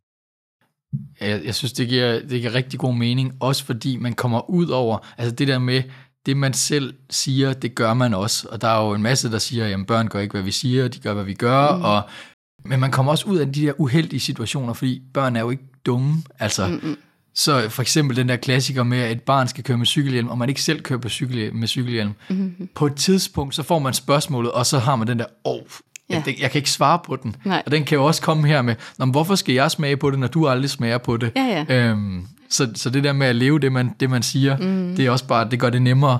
Jeg synes, det giver rigtig god mening, også fordi man kommer ud over, altså det der med, det man selv siger, det gør man også. Og der er jo en masse, der siger, jamen børn gør ikke, hvad vi siger, de gør, hvad vi gør. Men man kommer også ud af de der uheldige situationer, fordi børn er jo ikke dumme. Altså, så for eksempel den der klassiker med, at et barn skal køre med cykelhjelm, og man ikke selv kører med cykelhjelm. På et tidspunkt, så får man spørgsmålet, og så har man den der, jeg kan ikke svare på den. Nej. Og den kan jo også komme her med, hvorfor skal jeg smage på det, når du aldrig smager på det? Ja. Så det der med at leve det man siger, det er også bare, det gør det nemmere.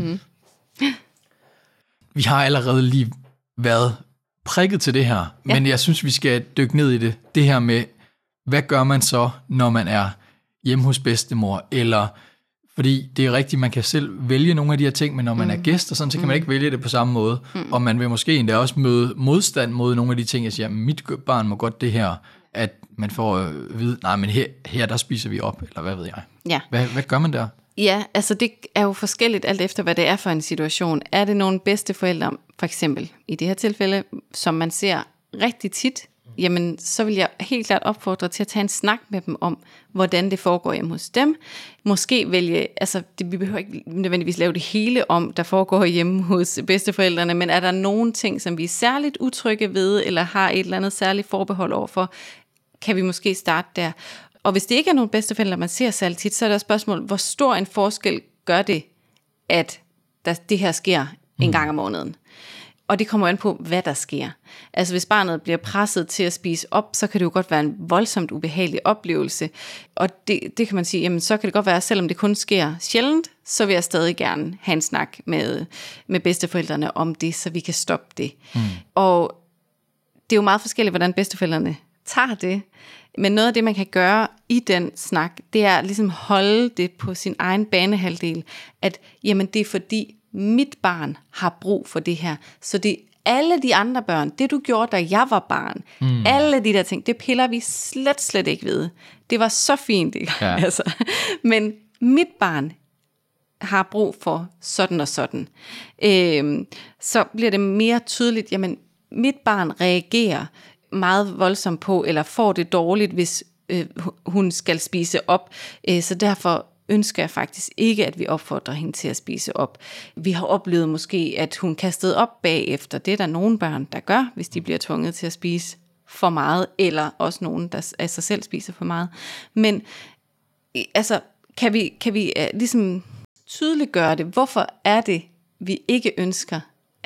Vi har allerede lige været prikket til det her, men jeg synes, vi skal dykke ned i det. Det her med, hvad gør man så, når man er hjemme hos bedstemor, eller fordi det er rigtigt, man kan selv vælge nogle af de her ting, men når man er gæst og sådan, så kan man ikke vælge det på samme måde. Og man vil måske endda også møde modstand mod nogle af de ting, jeg siger, mit barn må godt det her, at man får at vide, nej, men her der spiser vi op, eller hvad ved jeg. Ja. Hvad gør man der? Ja, altså det er jo forskelligt alt efter, hvad det er for en situation. Er det nogle bedsteforældre, for eksempel i det her tilfælde, som man ser rigtig tit, jamen så vil jeg helt klart opfordre til at tage en snak med dem om, hvordan det foregår hjemme hos dem. Måske vælge, altså vi behøver ikke nødvendigvis lave det hele om, der foregår hjemme hos bedsteforældrene, men er der nogle ting, som vi er særligt utrygge ved, eller har et eller andet særligt forbehold overfor, kan vi måske starte der. Og hvis det ikke er nogle bedsteforældre, man ser særligt tit, så er der et spørgsmål, hvor stor en forskel gør det, at det her sker en gang om måneden? Og det kommer an på, hvad der sker. Altså hvis barnet bliver presset til at spise op, så kan det jo godt være en voldsomt ubehagelig oplevelse. Og det kan man sige, jamen så kan det godt være, selvom det kun sker sjældent, så vil jeg stadig gerne have en snak med bedsteforældrene om det, så vi kan stoppe det. Og det er jo meget forskelligt, hvordan bedsteforældrene tager det. Men noget af det, man kan gøre i den snak, det er ligesom holde det på sin egen banehalvdel, at jamen det er fordi, mit barn har brug for det her. Så det alle de andre børn, det du gjorde, da jeg var barn, alle de der ting, det piller vi slet ikke ved. Det var så fint, ikke? Ja. Altså. Men mit barn har brug for sådan og sådan. Så bliver det mere tydeligt, jamen mit barn reagerer meget voldsomt på, eller får det dårligt, hvis hun skal spise op. Så derfor ønsker jeg faktisk ikke, at vi opfordrer hende til at spise op. Vi har oplevet måske, at hun kastede op bagefter. Det er der nogle børn, der gør, hvis de bliver tvunget til at spise for meget, eller også nogen, der af sig selv spiser for meget. Men altså, kan vi ligesom tydeliggøre det? Hvorfor er det, vi ikke ønsker,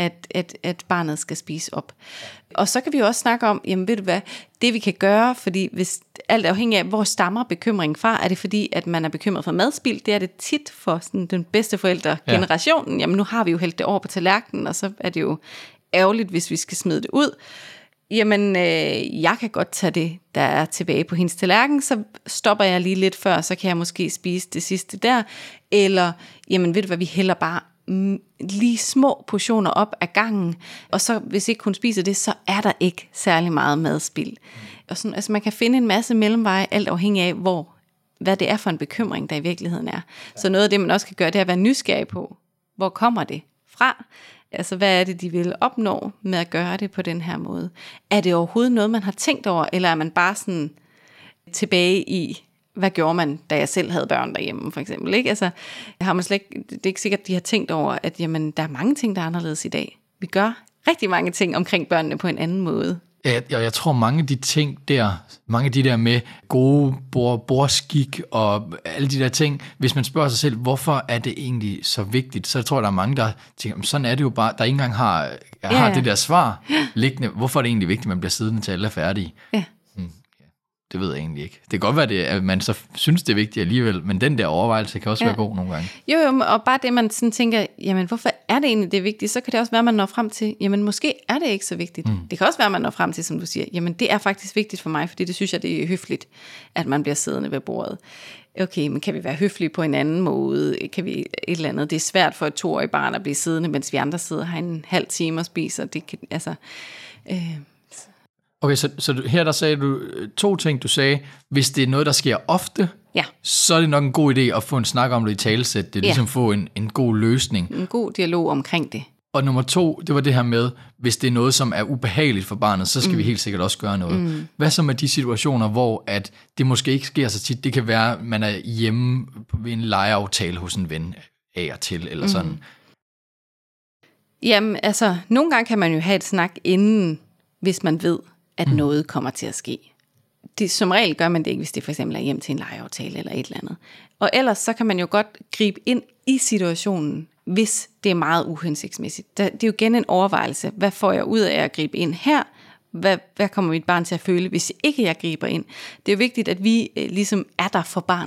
at barnet skal spise op? Og så kan vi jo også snakke om, jamen ved du hvad, det vi kan gøre, fordi hvis alt afhængig af, hvor stammer bekymringen fra, er det fordi, at man er bekymret for madspild, det er det tit for sådan, den bedste forældregenerationen, jamen nu har vi jo hældt det over på tallerkenen, og så er det jo ærgerligt, hvis vi skal smide det ud. Jamen, jeg kan godt tage det, der er tilbage på hendes tallerken, så stopper jeg lige lidt før, så kan jeg måske spise det sidste der, eller, jamen ved du hvad, vi hælder bare lige små portioner op ad gangen, og så hvis ikke hun spiser det, så er der ikke særlig meget madspild. Og sådan, altså man kan finde en masse mellemveje, alt afhængig af, hvad det er for en bekymring, der i virkeligheden er. Så noget af det, man også kan gøre, det er at være nysgerrig på, hvor kommer det fra? Altså hvad er det, de vil opnå med at gøre det på den her måde? Er det overhovedet noget, man har tænkt over, eller er man bare sådan tilbage i, hvad gjorde man, da jeg selv havde børn derhjemme, for eksempel, ikke? Altså, har man slet ikke, det er ikke sikkert, at de har tænkt over, at jamen, der er mange ting, der er anderledes i dag. Vi gør rigtig mange ting omkring børnene på en anden måde. Ja, jeg tror mange af de ting der, mange af de der med gode bordskik og alle de der ting, hvis man spørger sig selv, hvorfor er det egentlig så vigtigt, så tror jeg, der er mange, der tænker, sådan er det jo bare, der ikke engang har det der svar liggende. Hvorfor er det egentlig vigtigt, at man bliver siddende til alle er færdige? Ja. Det ved jeg egentlig ikke. Det kan godt være, at man så synes, det er vigtigt alligevel, men den der overvejelse kan også være god nogle gange. Jo, og bare det, man sådan tænker, jamen hvorfor er det egentlig det vigtigt, så kan det også være, at man når frem til, jamen måske er det ikke så vigtigt. Det kan også være, at man når frem til, som du siger, jamen det er faktisk vigtigt for mig, fordi det synes jeg, det er høfligt, at man bliver siddende ved bordet. Okay, men kan vi være høflige på en anden måde? Kan vi et eller andet? Det er svært for et 2-årigt barn at blive siddende, mens vi andre sidder her en halv time og spiser. Det kan, altså... Okay, så her der sagde du 2 ting. Du sagde, hvis det er noget, der sker ofte, så er det nok en god idé at få en snak om det i talesæt. Det er ligesom få en god løsning. En god dialog omkring det. Og nummer 2, det var det her med, hvis det er noget, som er ubehageligt for barnet, så skal vi helt sikkert også gøre noget. Hvad så med de situationer, hvor at det måske ikke sker så tit? Det kan være, at man er hjemme ved en legeaftale hos en ven af og til, eller sådan. Jamen, altså, nogle gange kan man jo have et snak inden, hvis man ved, at noget kommer til at ske. Det, som regel gør man det ikke, hvis det for eksempel er hjem til en legeaftale eller et eller andet. Og ellers så kan man jo godt gribe ind i situationen, hvis det er meget uhensigtsmæssigt. Det er jo igen en overvejelse. Hvad får jeg ud af at gribe ind her? Hvad kommer mit barn til at føle, hvis ikke jeg griber ind? Det er jo vigtigt, at vi ligesom er der for barnet.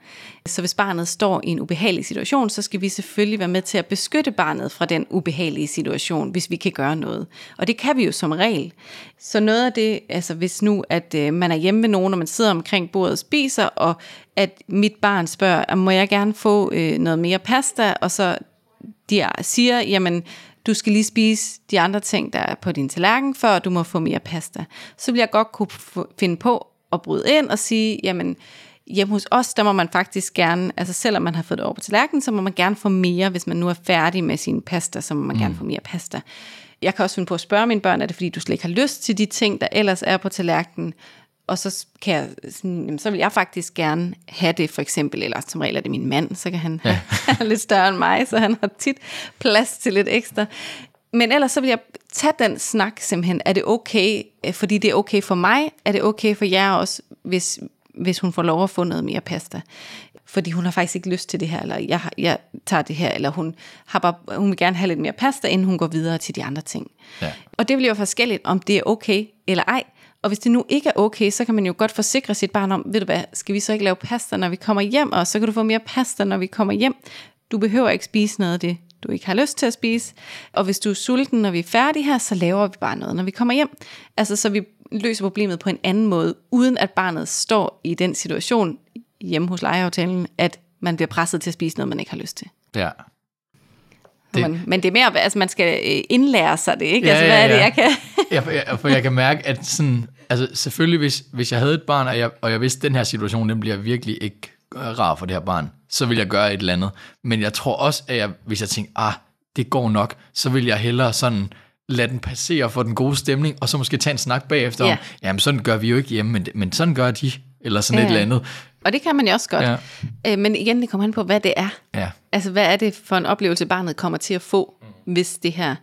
Så hvis barnet står i en ubehagelig situation, så skal vi selvfølgelig være med til at beskytte barnet fra den ubehagelige situation, hvis vi kan gøre noget. Og det kan vi jo som regel. Så noget af det, altså hvis nu, at man er hjemme med nogen, og man sidder omkring bordet og spiser, og at mit barn spørger, må jeg gerne få noget mere pasta, og så de siger, jamen, du skal lige spise de andre ting, der er på din tallerken, før du må få mere pasta. Så vil jeg godt kunne finde på at bryde ind og sige, jamen, hjemme hos os, der må man faktisk gerne, altså selvom man har fået det over på tallerkenen, så må man gerne få mere, hvis man nu er færdig med sin pasta, så må man gerne få mere pasta. Jeg kan også finde på at spørge mine børn, er det fordi du slet ikke har lyst til de ting, der ellers er på tallerkenen? Og så kan jeg, så vil jeg faktisk gerne have det, for eksempel, eller som regel er det min mand, så kan han have lidt større end mig, så han har tit plads til lidt ekstra. Men ellers så vil jeg tage den snak simpelthen, er det okay, fordi det er okay for mig, er det okay for jer også, hvis hun får lov at få noget mere pasta? Fordi hun har faktisk ikke lyst til det her, eller jeg tager det her, eller hun vil gerne have lidt mere pasta, inden hun går videre til de andre ting. Ja. Og det bliver jo forskelligt, om det er okay eller ej. Og hvis det nu ikke er okay, så kan man jo godt forsikre sit barn om, ved du hvad, skal vi så ikke lave pasta, når vi kommer hjem, og så kan du få mere pasta, når vi kommer hjem. Du behøver ikke spise noget af det, du ikke har lyst til at spise. Og hvis du er sulten, når vi er færdige her, så laver vi bare noget, når vi kommer hjem. Altså, så vi løser problemet på en anden måde, uden at barnet står i den situation hjemme hos legeaftalen, at man bliver presset til at spise noget, man ikke har lyst til. Ja. Men det er mere, altså man skal indlære sig det, ikke? Altså, hvad er det, jeg kan? For jeg kan mærke, at sådan, altså selvfølgelig, hvis jeg havde et barn, og jeg vidste, at den her situation, den bliver virkelig ikke rar for det her barn, så vil jeg gøre et eller andet. Men jeg tror også, at hvis jeg tænker, det går nok, så vil jeg hellere sådan lade den passere for den gode stemning, og så måske tage en snak bagefter om, jamen sådan gør vi jo ikke hjemme, men sådan gør de, eller sådan et eller andet. Og det kan man jo også godt. Ja. Men igen, det kommer an på, hvad det er. Ja. Altså, hvad er det for en oplevelse, barnet kommer til at få, hvis det her...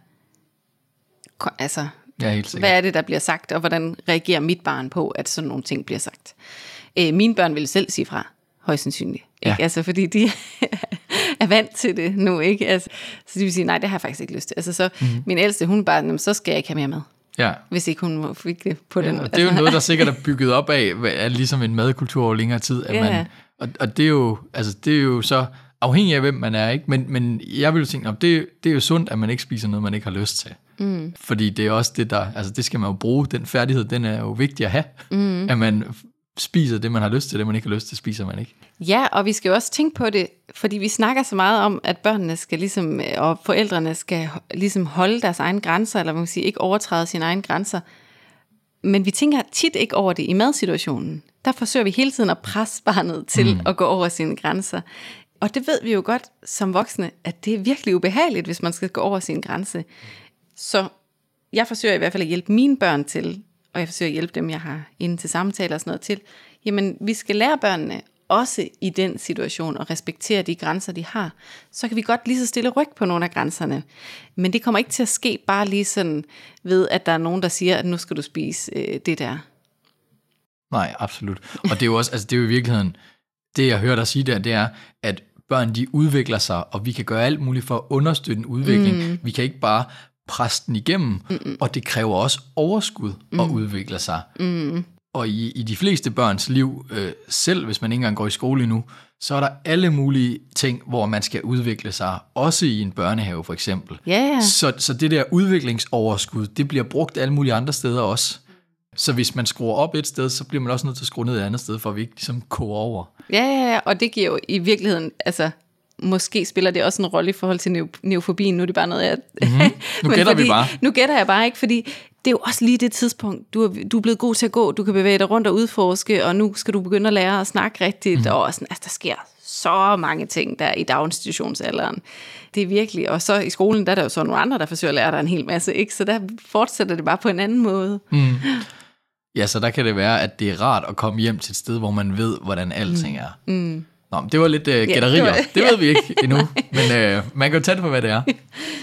Altså, hvad er det, der bliver sagt, og hvordan reagerer mit barn på, at sådan nogle ting bliver sagt? Mine børn vil selv sige fra, højst sandsynligt. Ja. Ikke? Altså, fordi de er vant til det nu, ikke? Altså, så de vil sige, nej, det har jeg faktisk ikke lyst til. Altså, så min ældste, hun bare, så skal jeg ikke have mere mad. Ja. Hvis ikke hun fik det på den. Det er jo noget, der sikkert er bygget op af ligesom en madkultur over længere tid. At man, og det er jo så afhængig af, hvem man er, ikke? Men jeg vil jo tænke, det er jo sundt, at man ikke spiser noget, man ikke har lyst til. Fordi det er også det, der, altså det skal man jo bruge, den færdighed, den er jo vigtig at have. At man spiser det, man har lyst til, det man ikke har lyst til, spiser man ikke. Ja, og vi skal jo også tænke på det, fordi vi snakker så meget om, at børnene skal ligesom, og forældrene skal ligesom holde deres egne grænser, eller man kan sige, ikke overtræde sine egne grænser. Men vi tænker tit ikke over det i madsituationen. Der forsøger vi hele tiden at presse barnet til at gå over sine grænser. Og det ved vi jo godt som voksne, at det er virkelig ubehageligt, hvis man skal gå over sin grænse. Så jeg forsøger i hvert fald at hjælpe mine børn til, og jeg forsøger at hjælpe dem, jeg har inde til samtaler og sådan noget til, jamen vi skal lære børnene også i den situation at respektere de grænser, de har. Så kan vi godt lige så stille ryg på nogle af grænserne. Men det kommer ikke til at ske bare lige sådan ved, at der er nogen, der siger, at nu skal du spise det der. Nej, absolut. Og det er jo også, altså det er jo i virkeligheden, det jeg hører dig sige der, det er, at børn de udvikler sig, og vi kan gøre alt muligt for at understøtte en udvikling. Vi kan ikke bare presse den igennem, og det kræver også overskud at udvikle sig. Og i de fleste børns liv, selv hvis man ikke engang går i skole endnu, så er der alle mulige ting, hvor man skal udvikle sig, også i en børnehave for eksempel. Yeah. Så det der udviklingsoverskud, det bliver brugt alle mulige andre steder også. Så hvis man skruer op et sted, så bliver man også nødt til at skrue ned et andet sted, for at vi ikke ligesom koger over. Ja, og det giver jo i virkeligheden, altså måske spiller det også en rolle i forhold til neofobien. Nu er det bare noget, jeg... Nu gætter vi bare. Nu gætter jeg bare ikke, fordi det er jo også lige det tidspunkt, du er blevet god til at gå, du kan bevæge dig rundt og udforske, og nu skal du begynde at lære at snakke rigtigt, og sådan, altså der sker så mange ting der i daginstitutionsalderen. Det er virkelig, og så i skolen, der er der jo så nogle andre, der forsøger at lære dig en hel masse, ikke? Så der fortsætter det bare på en anden måde. Ja, så der kan det være, at det er rart at komme hjem til et sted, hvor man ved, hvordan alting er. Nå, det var lidt gætterier. Ja, det ved vi ikke endnu, men man kan jo tage det på, hvad det er.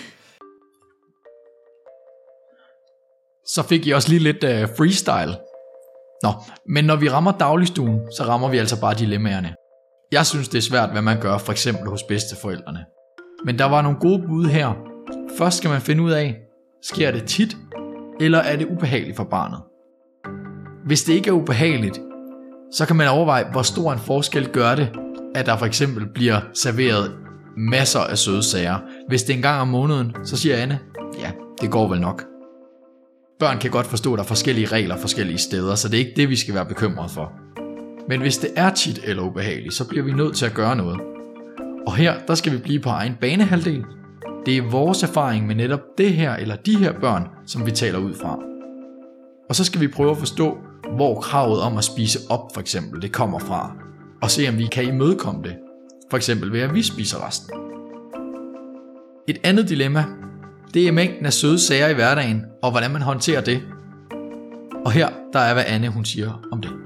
Så fik I også lige lidt freestyle. Nå, men når vi rammer dagligstuen, så rammer vi altså bare dilemmaerne. Jeg synes, det er svært, hvad man gør, for eksempel hos bedsteforældrene. Men der var nogle gode bud her. Først skal man finde ud af, sker det tit, eller er det ubehageligt for barnet? Hvis det ikke er ubehageligt, så kan man overveje, hvor stor en forskel gør det, at der for eksempel bliver serveret masser af søde sager. Hvis det er en gang om måneden, så siger Anne, ja, det går vel nok. Børn kan godt forstå, at der er forskellige regler forskellige steder, så det er ikke det, vi skal være bekymret for. Men hvis det er tit eller ubehageligt, så bliver vi nødt til at gøre noget. Og her, der skal vi blive på egen banehalvdel. Det er vores erfaring med netop det her eller de her børn, som vi taler ud fra. Og så skal vi prøve at forstå, hvor kravet om at spise op for eksempel, det kommer fra. Og se om vi kan imødekomme det. For eksempel ved at vi spiser resten. Et andet dilemma, det er mængden af søde sager i hverdagen, og hvordan man håndterer det. Og her, der er hvad Anne hun siger om det.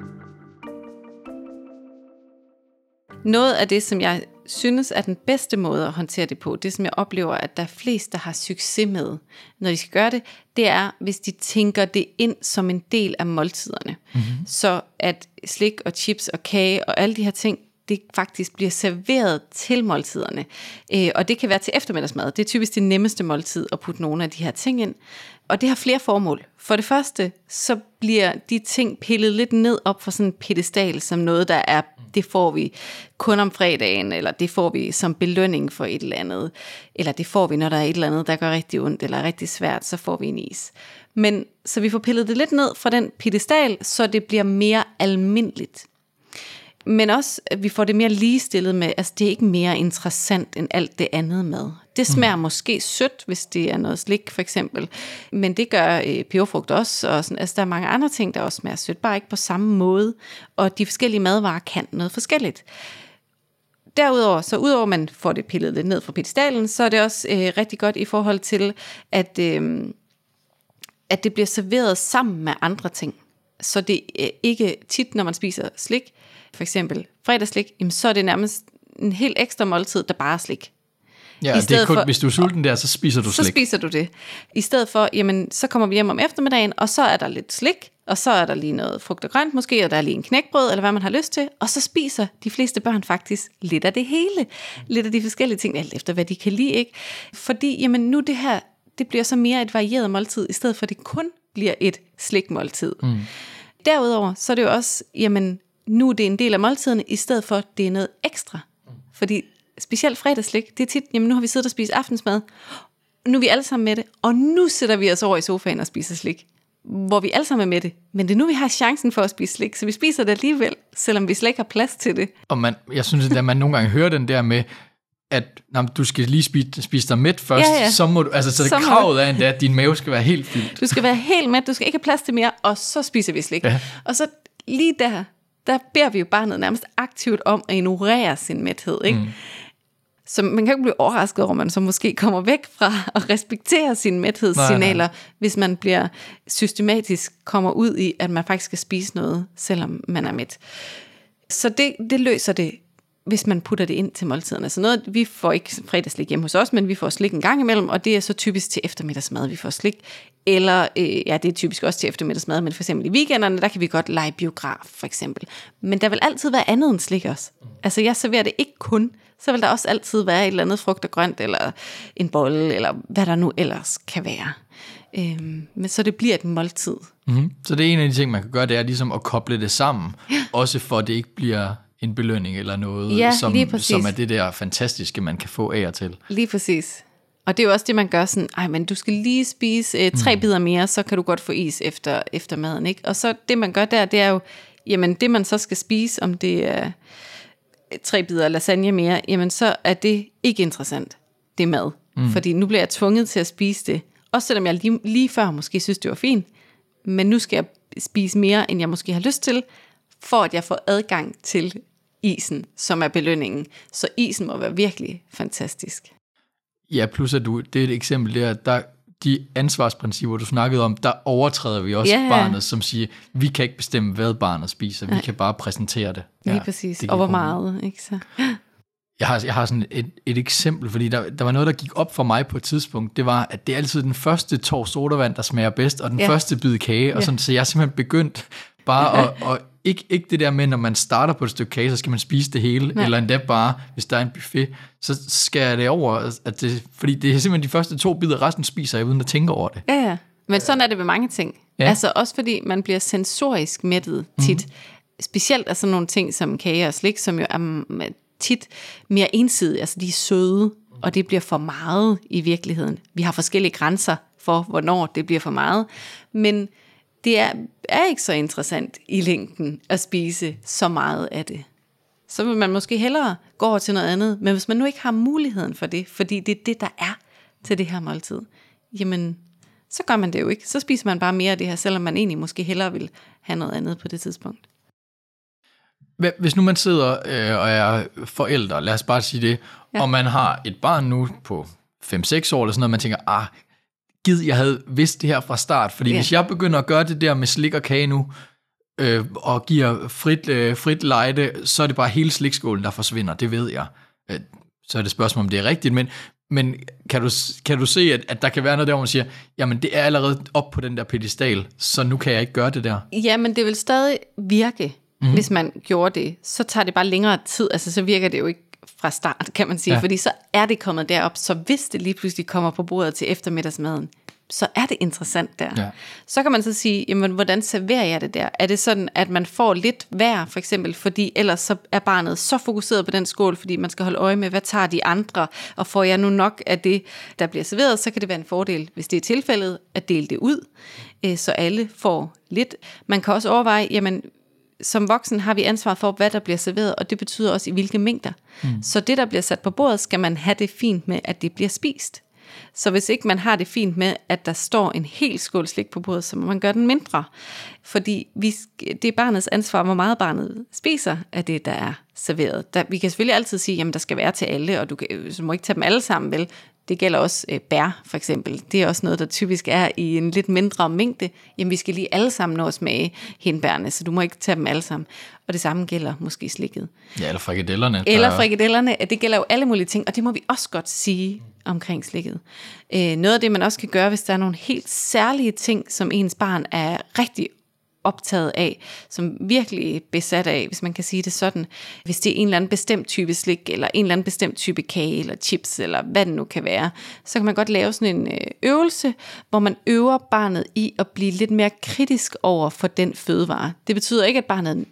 Noget af det, som jeg synes er den bedste måde at håndtere det på, det som jeg oplever, at der er flest, der har succes med, når de skal gøre det, det er, hvis de tænker det ind som en del af måltiderne. Mm-hmm. Så at slik og chips og kage og alle de her ting, det faktisk bliver serveret til måltiderne. Og det kan være til eftermiddagsmad. Det er typisk det nemmeste måltid at putte nogle af de her ting ind. Og det har flere formål. For det første, så bliver de ting pillet lidt ned op for sådan en pedestal, som noget, der er, det får vi kun om fredagen, eller det får vi som belønning for et eller andet, eller det får vi, når der er et eller andet, der gør rigtig ondt, eller er rigtig svært, så får vi en is. Men så vi får pillet det lidt ned fra den pedestal, så det bliver mere almindeligt. Men også, at vi får det mere ligestillet med, altså det er ikke mere interessant end alt det andet mad. Det smager måske sødt, hvis det er noget slik for eksempel, men det gør peberfrugt også, og sådan, altså der er mange andre ting, der også smager sødt, bare ikke på samme måde, og de forskellige madvarer kan noget forskelligt. Derudover, så udover man får det pillet lidt ned fra pedestalen, så er det også rigtig godt i forhold til, at det bliver serveret sammen med andre ting. Så det er ikke tit, når man spiser slik, for eksempel fredagsslik, så er det nærmest en helt ekstra måltid, der bare er slik. Ja, det er kun, hvis du er sulten der, så spiser du slik. Så spiser du det. I stedet for, jamen, så kommer vi hjem om eftermiddagen, og så er der lidt slik, og så er der lige noget frugt og grønt måske, og der er lige en knækbrød, eller hvad man har lyst til, og så spiser de fleste børn faktisk lidt af det hele. Lidt af de forskellige ting, alt efter hvad de kan lide, ikke? Fordi, jamen, nu det her, det bliver så mere et varieret måltid, i stedet for at det kun bliver et slikmåltid. Mm. Derudover, så er det jo også, jamen, nu er det en del af måltiderne, i stedet for, at det er noget ekstra. Fordi specielt fredagsslik, det er tit, jamen nu har vi siddet og spist aftensmad, nu er vi alle sammen med det, og nu sætter vi os over i sofaen og spiser slik, hvor vi alle sammen er med det. Men det er nu, vi har chancen for at spise slik, så vi spiser det alligevel, selvom vi slet ikke har plads til det. Og jeg synes, at man nogle gange hører den der med, at du skal lige spise dig mæt først, ja. Så må du, altså så det kravet er endda, at din mave skal være helt fyldt. Du skal være helt mæt, du skal ikke have plads til mere, og så spiser vi slik. Ja. Og så lige der beder vi jo barnet nærmest aktivt om at ignorere sin mæthed, ikke? Mm. Så man kan ikke blive overrasket over, at man så måske kommer væk fra at respektere sine mæthedssignaler, hvis man bliver systematisk kommer ud i, at man faktisk skal spise noget, selvom man er mæt. Så det løser det, hvis man putter det ind til måltiderne. Så noget, vi får ikke fredagsslik hjemme hos os, men vi får slik en gang imellem, og det er så typisk til eftermiddagsmad, vi får slik. Eller, det er typisk også til eftermiddagsmad, men for eksempel i weekenderne, der kan vi godt lege biograf, for eksempel. Men der vil altid være andet end slik også. Altså, jeg serverer det ikke kun, så vil der også altid være et eller andet frugt og grønt, eller en bolle, eller hvad der nu ellers kan være. Men så det bliver et måltid. Mm-hmm. Så det er en af de ting, man kan gøre, det er ligesom at koble det sammen, også for at det ikke bliver en belønning eller noget, som er det der fantastiske, man kan få af og til. Lige præcis. Og det er jo også det, man gør sådan, men du skal lige spise 3 bidder mere, så kan du godt få is efter maden, ikke? Og så det, man gør der, det er jo, jamen det, man så skal spise, om det er 3 bidder lasagne mere, jamen så er det ikke interessant, det mad. Fordi nu bliver jeg tvunget til at spise det, også selvom jeg lige før måske synes, det var fint, men nu skal jeg spise mere, end jeg måske har lyst til, for at jeg får adgang til isen, som er belønningen. Så isen må være virkelig fantastisk. Ja, plus at det er et eksempel der de ansvarsprincipper, du snakkede om, der overtræder vi også barnet, som siger, vi kan ikke bestemme, hvad barnet spiser, vi kan bare præsentere det. Lige præcis, og hvor meget, ikke så? Jeg har sådan et eksempel, fordi der var noget, der gik op for mig på et tidspunkt, det var, at det er altid den første tår sodavand, der smager bedst, og den første bid kage, og sådan, så jeg har simpelthen begyndt bare at ikke det der med, når man starter på et stykke kage, så skal man spise det hele, eller endda bare, hvis der er en buffet, så skal jeg det over, fordi det er simpelthen de første 2 bidder, resten spiser jeg, uden at tænke over det. Ja, men sådan er det med mange ting. Ja. Altså også fordi man bliver sensorisk mættet tit. Specielt af sådan nogle ting som kage og slik, som jo er tit mere ensidige, altså de er søde, og det bliver for meget i virkeligheden. Vi har forskellige grænser for, hvornår det bliver for meget, men det er ikke så interessant i længden at spise så meget af det. Så vil man måske hellere gå over til noget andet, men hvis man nu ikke har muligheden for det, fordi det er det, der er til det her måltid, jamen, så gør man det jo ikke. Så spiser man bare mere af det her, selvom man egentlig måske hellere vil have noget andet på det tidspunkt. Hvis nu man sidder og er forældre, lad os bare sige det, og man har et barn nu på 5-6 år, eller sådan noget, man tænker, jeg havde vidst det her fra start, fordi hvis jeg begynder at gøre det der med slik og kage nu, og giver frit lejde, så er det bare hele slikskålen, der forsvinder, det ved jeg. Så er det spørgsmål, om det er rigtigt, men kan du se, at der kan være noget der, hvor man siger, jamen det er allerede op på den der pedestal, så nu kan jeg ikke gøre det der? Jamen det vil stadig virke, hvis man gjorde det. Så tager det bare længere tid, altså så virker det jo ikke fra start, kan man sige, fordi så er det kommet derop, så hvis det lige pludselig kommer på bordet til eftermiddagsmaden, så er det interessant der. Ja. Så kan man så sige, jamen hvordan serverer jeg det der? Er det sådan, at man får lidt hver, for eksempel, fordi ellers så er barnet så fokuseret på den skål, fordi man skal holde øje med, hvad tager de andre, og får jeg nu nok af det, der bliver serveret, så kan det være en fordel, hvis det er tilfældet, at dele det ud, så alle får lidt. Man kan også overveje, jamen som voksen har vi ansvar for, hvad der bliver serveret, og det betyder også i hvilke mængder. Så det, der bliver sat på bordet, skal man have det fint med, at det bliver spist. Så hvis ikke man har det fint med, at der står en hel skål slik på bordet, så må man gøre den mindre. Fordi det er barnets ansvar, hvor meget barnet spiser af det, der er serveret. Vi kan selvfølgelig altid sige, jamen der skal være til alle, og du må ikke tage dem alle sammen, vel? Det gælder også bær, for eksempel. Det er også noget, der typisk er i en lidt mindre mængde. Jamen, vi skal lige alle sammen nå at smage hindbærne, så du må ikke tage dem alle sammen. Og det samme gælder måske slikket. Ja, eller frikadellerne. Frikadellerne, det gælder jo alle mulige ting, og det må vi også godt sige omkring slikket. Noget af det, man også kan gøre, hvis der er nogle helt særlige ting, som ens barn er rigtig optaget af, som virkelig besat af, hvis man kan sige det sådan. Hvis det er en eller anden bestemt type slik, eller en eller anden bestemt type kage, eller chips, eller hvad det nu kan være, så kan man godt lave sådan en øvelse, hvor man øver barnet i at blive lidt mere kritisk over for den fødevare. Det betyder ikke, at barnet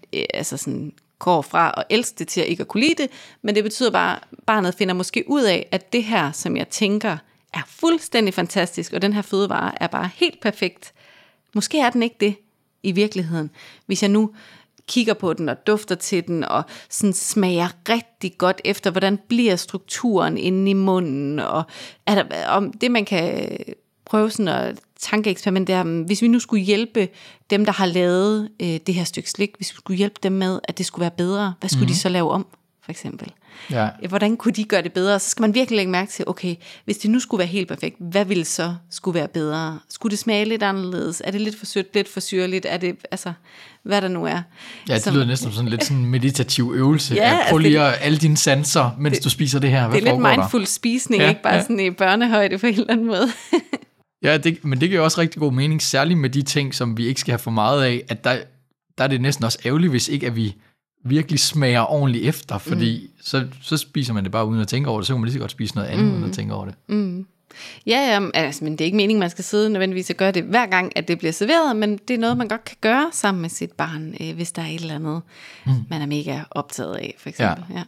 går fra at elske det til at ikke at kunne lide det, men det betyder bare, at barnet finder måske ud af, at det her, som jeg tænker, er fuldstændig fantastisk, og den her fødevare er bare helt perfekt. Måske er den ikke det i virkeligheden. Hvis jeg nu kigger på den og dufter til den og sådan smager rigtig godt efter, hvordan bliver strukturen inde i munden, og om det man kan prøve sådan at tankeeksperimentere, hvis vi nu skulle hjælpe dem, der har lavet det her stykke slik, hvis vi skulle hjælpe dem med, at det skulle være bedre, hvad skulle de så lave om, for eksempel? Ja. Hvordan kunne de gøre det bedre? Så skal man virkelig lægge mærke til, okay, hvis det nu skulle være helt perfekt, hvad ville så skulle være bedre? Skulle det smage lidt anderledes? Er det lidt for sødt, lidt for syrligt? Er det, hvad der nu er? Ja, det lyder næsten som sådan lidt sådan en meditativ øvelse. Ja, prøv lige at alle dine sanser, mens du spiser det her. Hvad det er lidt mindful spisning, ikke bare sådan i børnehøjde på en eller anden måde. Ja, men det giver også rigtig god mening, særligt med de ting, som vi ikke skal have for meget af, at der er det næsten også ærgerligt, hvis ikke at vi virkelig smager ordentligt efter, fordi så spiser man det bare uden at tænke over det, så kan man lige så godt spise noget andet uden at tænke over det. Ja, men det er ikke meningen, man skal sidde nødvendigvis og gøre det hver gang, at det bliver serveret, men det er noget, man godt kan gøre sammen med sit barn, hvis der er et eller andet, man er mega optaget af, for eksempel. Ja.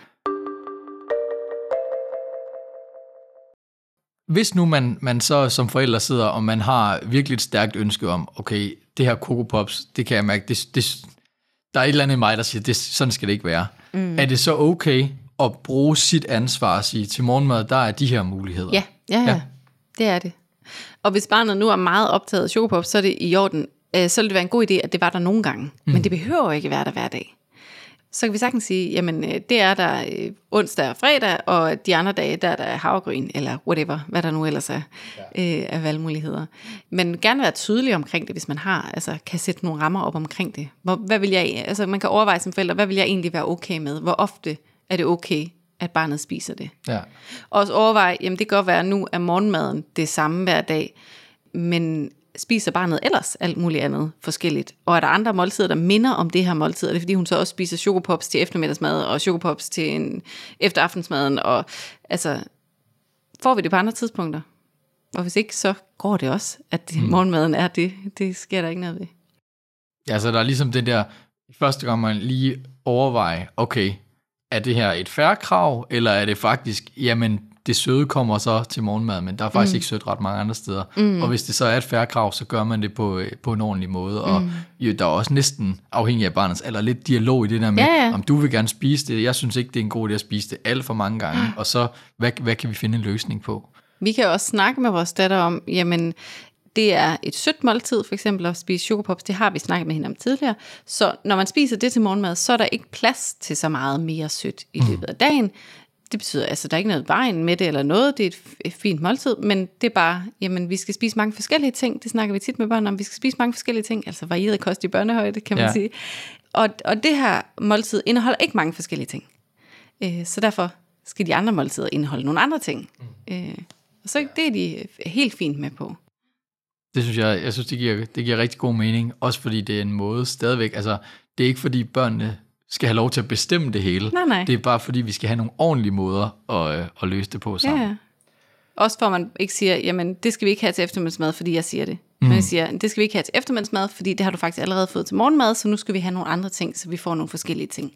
Hvis nu man så som forældre sidder, og man har virkelig et stærkt ønske om, okay, det her Coco Pops, det kan jeg mærke, der er et eller andet i mig, der siger, sådan skal det ikke være. Er det så okay at bruge sit ansvar og sige, til morgenmad, der er de her muligheder? Ja, det er det. Og hvis barnet nu er meget optaget af Choco Pops, så er det i orden. Så vil det være en god idé, at det var der nogle gange. Men det behøver ikke være der hver dag. Så kan vi sagtens sige, jamen det er der onsdag og fredag, og de andre dage, der er der havregryn, eller whatever, hvad der nu ellers er af valgmuligheder. Men gerne være tydelig omkring det, hvis man kan sætte nogle rammer op omkring det. Hvad vil jeg, man kan overveje som forælder, hvad vil jeg egentlig være okay med? Hvor ofte er det okay, at barnet spiser det? Ja. Og også overveje, jamen det kan godt være, at nu er morgenmaden det samme hver dag, men spiser barnet ellers alt muligt andet forskelligt? Og er der andre måltider, der minder om det her måltid? Er det fordi, hun så også spiser chokopops til eftermiddagsmad, og chokopops til en efteraftensmaden? Og får vi det på andre tidspunkter? Og hvis ikke, så går det også, at morgenmaden er det. Det sker der ikke noget ved. Ja, så der er ligesom det der, første gang man lige overvejer, okay, er det her et fair krav, eller er det faktisk, jamen det søde kommer så til morgenmad, men der er faktisk ikke sødt ret mange andre steder. Og hvis det så er et fair krav, så gør man det på en ordentlig måde. Og jo, der er også næsten, afhængig af barnets alder, lidt dialog i det der med, om du vil gerne spise det. Jeg synes ikke, det er en god idé at spise det alt for mange gange. Og så, hvad kan vi finde en løsning på? Vi kan også snakke med vores datter om, jamen, det er et sødt måltid, for eksempel at spise chokopops, det har vi snakket med hende om tidligere. Så når man spiser det til morgenmad, så er der ikke plads til så meget mere sødt i løbet af dagen. Det betyder altså, der er ikke noget vejen med det eller noget, det er et fint måltid, men det er bare, jamen vi skal spise mange forskellige ting, det snakker vi tit med børn om, vi skal spise mange forskellige ting, altså varieret kost i børnehøjde, kan man sige. Og det her måltid indeholder ikke mange forskellige ting. Så derfor skal de andre måltider indeholde nogle andre ting. Og så det er de helt fint med på. Det synes jeg synes, det giver rigtig god mening, også fordi det er en måde stadigvæk, altså det er ikke fordi børnene skal have lov til at bestemme det hele. Nej. Det er bare fordi, vi skal have nogle ordentlige måder at løse det på sammen. Ja. Også for man ikke siger, jamen det skal vi ikke have til eftermiddagsmad, fordi jeg siger det. Men jeg siger, det skal vi ikke have til eftermiddagsmad, fordi det har du faktisk allerede fået til morgenmad, så nu skal vi have nogle andre ting, så vi får nogle forskellige ting.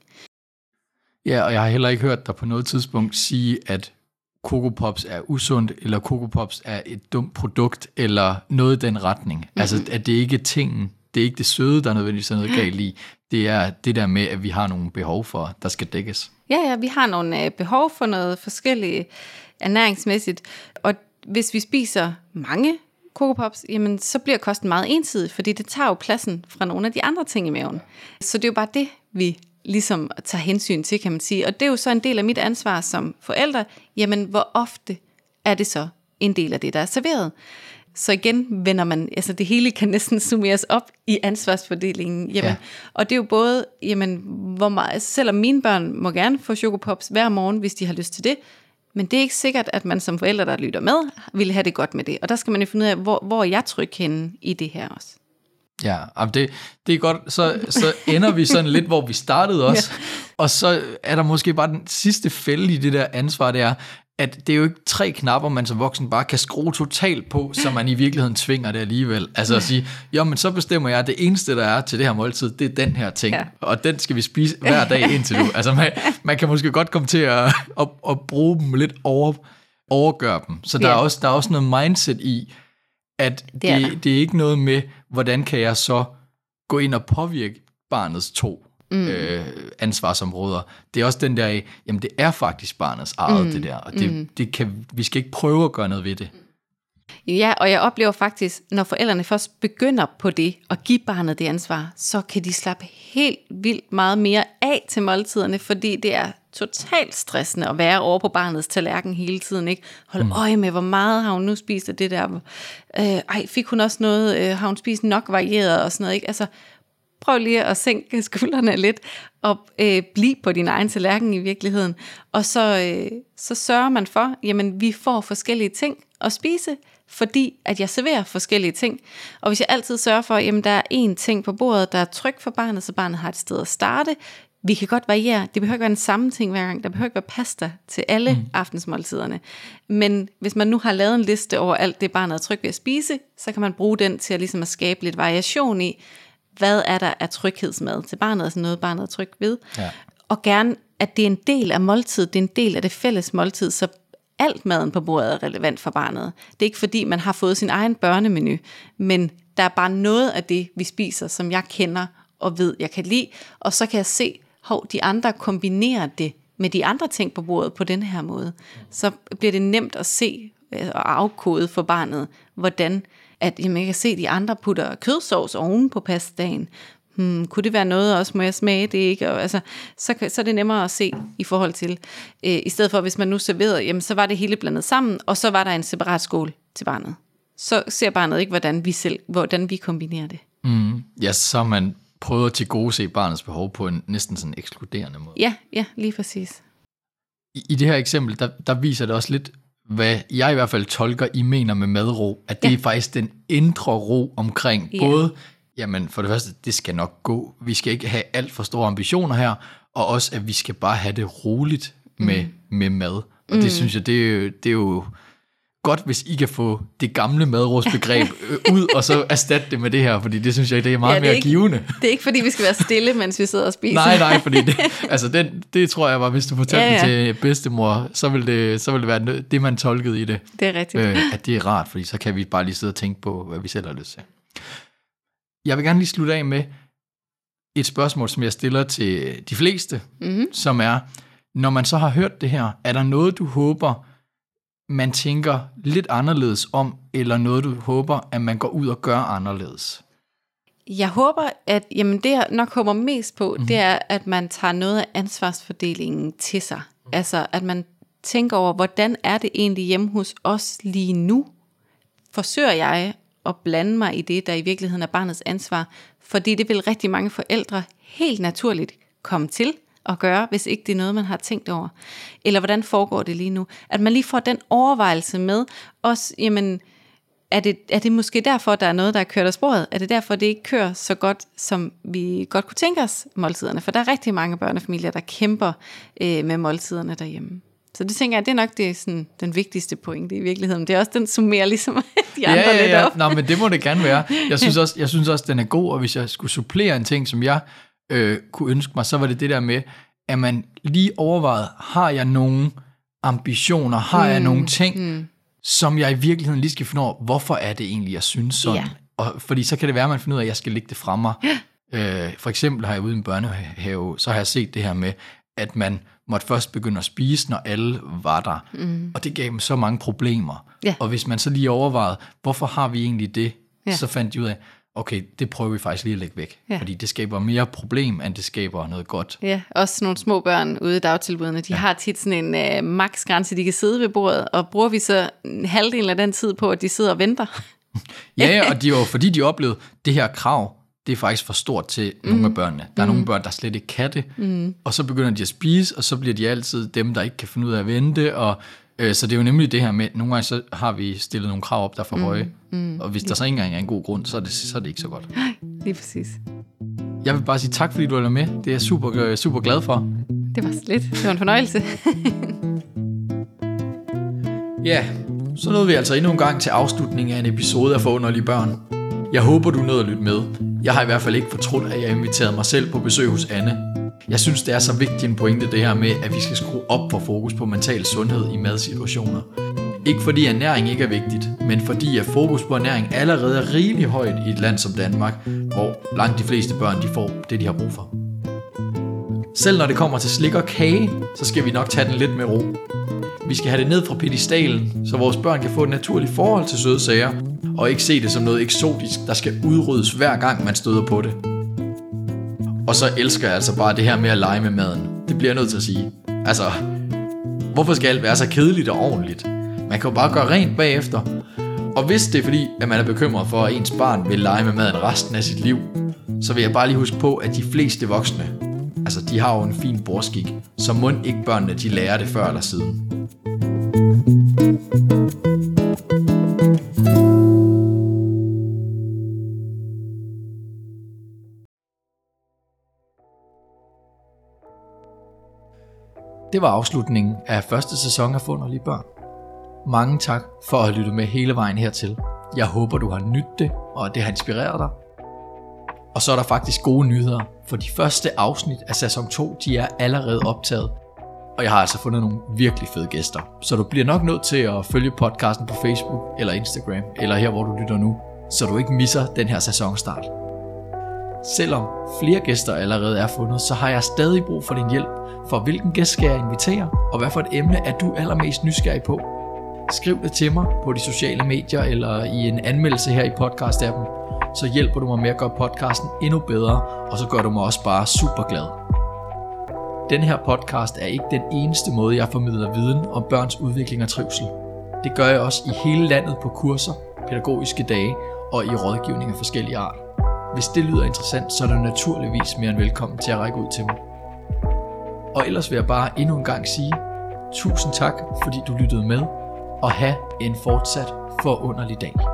Ja, og jeg har heller ikke hørt dig på noget tidspunkt sige, at Coco Pops er usundt, eller Coco Pops er et dumt produkt, eller noget i den retning. Altså, at det ikke er tingen, det er ikke det søde, der er nødvendigvis noget galt i. Det er det der med, at vi har nogle behov for, der skal dækkes. Ja, vi har nogle behov for noget forskelligt ernæringsmæssigt, og hvis vi spiser mange Coco Pops, jamen så bliver kosten meget ensidig, fordi det tager jo pladsen fra nogle af de andre ting i maven. Så det er jo bare det, vi ligesom tager hensyn til, kan man sige. Og det er jo så en del af mit ansvar som forælder. Jamen, hvor ofte er det så en del af det, der er serveret? Så igen vender man, altså det hele kan næsten summeres op i ansvarsfordelingen. Jamen, og det er jo både, jamen, hvor meget, selvom mine børn må gerne få chokopops hver morgen, hvis de har lyst til det, men det er ikke sikkert, at man som forælder, der lytter med, vil have det godt med det. Og der skal man jo finde ud af, hvor er jeg tryg henne i det her også. Ja, det er godt. Så ender vi sådan lidt, hvor vi startede også. Og så er der måske bare den sidste fælde i det der ansvar, det er, at det er jo ikke 3 knapper, man som voksen bare kan skrue totalt på, så man i virkeligheden tvinger det alligevel. Altså at sige, jo, men så bestemmer jeg, at det eneste, der er til det her måltid, det er den her ting. Ja. Og den skal vi spise hver dag indtil nu. Altså man kan måske godt komme til at bruge dem lidt overgøre dem. Så der er også noget mindset i, at det er ikke noget med, hvordan kan jeg så gå ind og påvirke barnets 2 ansvarsområder. Det er også den der af, jamen det er faktisk barnets eget det der, og vi skal ikke prøve at gøre noget ved det. Ja, og jeg oplever faktisk, når forældrene først begynder på det, og give barnet det ansvar, så kan de slappe helt vildt meget mere af til måltiderne, fordi det er totalt stressende at være over på barnets tallerken hele tiden, ikke? Hold øje med, hvor meget har hun nu spist af det der. Fik hun også noget, har hun spist nok varieret og sådan noget, ikke? Altså, prøv lige at sænke skuldrene lidt, og blive på din egen tallerken i virkeligheden. Og så sørger man for, jamen vi får forskellige ting at spise, fordi at jeg serverer forskellige ting. Og hvis jeg altid sørger for, jamen der er én ting på bordet, der er tryg for barnet, så barnet har et sted at starte. Vi kan godt variere. Det behøver ikke være den samme ting hver gang. Der behøver ikke være pasta til alle aftensmåltiderne. Men hvis man nu har lavet en liste over alt det, barnet er tryg ved at spise, så kan man bruge den til at, ligesom at skabe lidt variation i, hvad er der af tryghedsmad til barnet, altså noget barnet er tryg ved. Ja. Og gerne, at det er en del af måltidet, det er en del af det fælles måltid, så alt maden på bordet er relevant for barnet. Det er ikke fordi, man har fået sin egen børnemenu, men der er bare noget af det, vi spiser, som jeg kender og ved, jeg kan lide, og så kan jeg se, de andre kombinerer det med de andre ting på bordet på den her måde. Så bliver det nemt at se og afkode for barnet, hvordan at jeg kan se, at de andre putter kødsovs oven på pastaen. Kunne det være noget også, må jeg smage det ikke? Og, altså, så er det nemmere at se i forhold til, i stedet for hvis man nu serverede, jamen, så var det hele blandet sammen, og så var der en separat skål til barnet. Så ser barnet ikke, hvordan vi kombinerer det. Ja, så man prøver at tilgodese barnets behov på en næsten sådan ekskluderende måde. Ja, lige præcis. I det her eksempel, der viser det også lidt, hvad jeg i hvert fald tolker, I mener med madro, at det er faktisk den indre ro omkring både, jamen for det første, det skal nok gå, vi skal ikke have alt for store ambitioner her, og også, at vi skal bare have det roligt med mad. Og det synes jeg, det er jo godt, hvis I kan få det gamle madrådsbegreb ud, og så erstatte det med det her, fordi det synes jeg, det er meget mere givende. Det er ikke, fordi vi skal være stille, mens vi sidder og spiser. Nej, fordi det tror jeg var, hvis du fortalte det til bedstemor, så vil det være det, man tolkede i det. Det er rigtigt. At det er rart, fordi så kan vi bare lige sidde og tænke på, hvad vi selv har lyst til. Jeg vil gerne lige slutte af med et spørgsmål, som jeg stiller til de fleste, som er, når man så har hørt det her, er der noget, du håber, man tænker lidt anderledes om, eller noget, du håber, at man går ud og gør anderledes? Jeg håber, at det jeg nok håber mest på, det er, at man tager noget af ansvarsfordelingen til sig. Altså, at man tænker over, hvordan er det egentlig hjemme hos os lige nu? Forsøger jeg at blande mig i det, der i virkeligheden er barnets ansvar? Fordi det vil rigtig mange forældre helt naturligt komme til at gøre, hvis ikke det er noget, man har tænkt over. Eller hvordan foregår det lige nu? At man lige får den overvejelse med, også, jamen, er det måske derfor, der er noget, der er kørt af sporet? Er det derfor, det ikke kører så godt, som vi godt kunne tænke os måltiderne? For der er rigtig mange børnefamilier, der kæmper med måltiderne derhjemme. Så det tænker jeg, det er nok sådan, den vigtigste pointe i virkeligheden. Det er også den summerer ligesom de andre lidt op. Nå, men det må det gerne være. Jeg synes også, den er god, og hvis jeg skulle supplere en ting, som jeg kunne ønske mig, så var det der med, at man lige overvejede, har jeg nogle ambitioner, har jeg nogle ting, som jeg i virkeligheden lige skal finde over, hvorfor er det egentlig, jeg synes sådan? Ja. Og, fordi så kan det være, at man finder ud af, at jeg skal lægge det fra mig. For eksempel har jeg ude i en børnehave, så har jeg set det her med, at man måtte først begynde at spise, når alle var der. Og det gav dem så mange problemer. Ja. Og hvis man så lige overvejede, hvorfor har vi egentlig det, så fandt de ud af, okay, det prøver vi faktisk lige at lægge væk. Ja. Fordi det skaber mere problem, end det skaber noget godt. Ja, også nogle små børn ude i dagtilbudene, de har tit sådan en maksgrænse, de kan sidde ved bordet, og bruger vi så halvdelen af den tid på, at de sidder og venter. Ja, og det var fordi de oplevede, det her krav, det er faktisk for stort til nogle af børnene. Der er nogle børn, der slet ikke kan det, og så begynder de at spise, og så bliver de altid dem, der ikke kan finde ud af at vente, og så det er jo nemlig det her med, nogle gange så har vi stillet nogle krav op, der er for høje, og hvis der så ikke engang er en god grund, så er det ikke så godt. Nej, lige præcis. Jeg vil bare sige tak, fordi du er med. Det er jeg super glad for. Det var så lidt. Det var en fornøjelse. Ja, så nåede vi altså endnu en gang til afslutningen af en episode af Forunderlige Børn. Jeg håber, du nåede at lytte med. Jeg har i hvert fald ikke fortrudt, at jeg inviterede mig selv på besøg hos Anne. Jeg synes, det er så vigtigt en pointe det her med, at vi skal skrue op for fokus på mental sundhed i madsituationer. Ikke fordi ernæring ikke er vigtigt, men fordi at fokus på ernæring allerede er rigelig højt i et land som Danmark, hvor langt de fleste børn de får det, de har brug for. Selv når det kommer til slik og kage, så skal vi nok tage den lidt med ro. Vi skal have det ned fra pedestalen, så vores børn kan få et naturligt forhold til søde sager, og ikke se det som noget eksotisk, der skal udryddes hver gang man støder på det. Og så elsker jeg altså bare det her med at lege med maden. Det bliver jeg nødt til at sige. Altså, hvorfor skal alt være så kedeligt og ordentligt? Man kan jo bare gøre rent bagefter. Og hvis det er fordi, at man er bekymret for, at ens barn vil lege med maden resten af sit liv, så vil jeg bare lige huske på, at de fleste voksne, altså de har jo en fin bordskik, så må ikke børnene de lærer det før eller siden. Det var afslutningen af første sæson af Forunderlige Børn. Mange tak for at have lyttet med hele vejen hertil. Jeg håber, du har nydt det, og at det har inspireret dig. Og så er der faktisk gode nyheder, for de første afsnit af sæson 2, de er allerede optaget. Og jeg har altså fundet nogle virkelig fede gæster. Så du bliver nok nødt til at følge podcasten på Facebook eller Instagram, eller her hvor du lytter nu, så du ikke misser den her sæsonstart. Selvom flere gæster allerede er fundet, så har jeg stadig brug for din hjælp. For hvilken gæst skal jeg invitere, og hvad for et emne er du allermest nysgerrig på? Skriv det til mig på de sociale medier eller i en anmeldelse her i podcast-appen, så hjælper du mig med at gøre podcasten endnu bedre, og så gør du mig også bare super glad. Den her podcast er ikke den eneste måde, jeg formidler viden om børns udvikling og trivsel. Det gør jeg også i hele landet på kurser, pædagogiske dage og i rådgivning af forskellige art. Hvis det lyder interessant, så er du naturligvis mere end velkommen til at række ud til mig. Og ellers vil jeg bare endnu en gang sige, tusind tak, fordi du lyttede med, og have en fortsat forunderlig dag.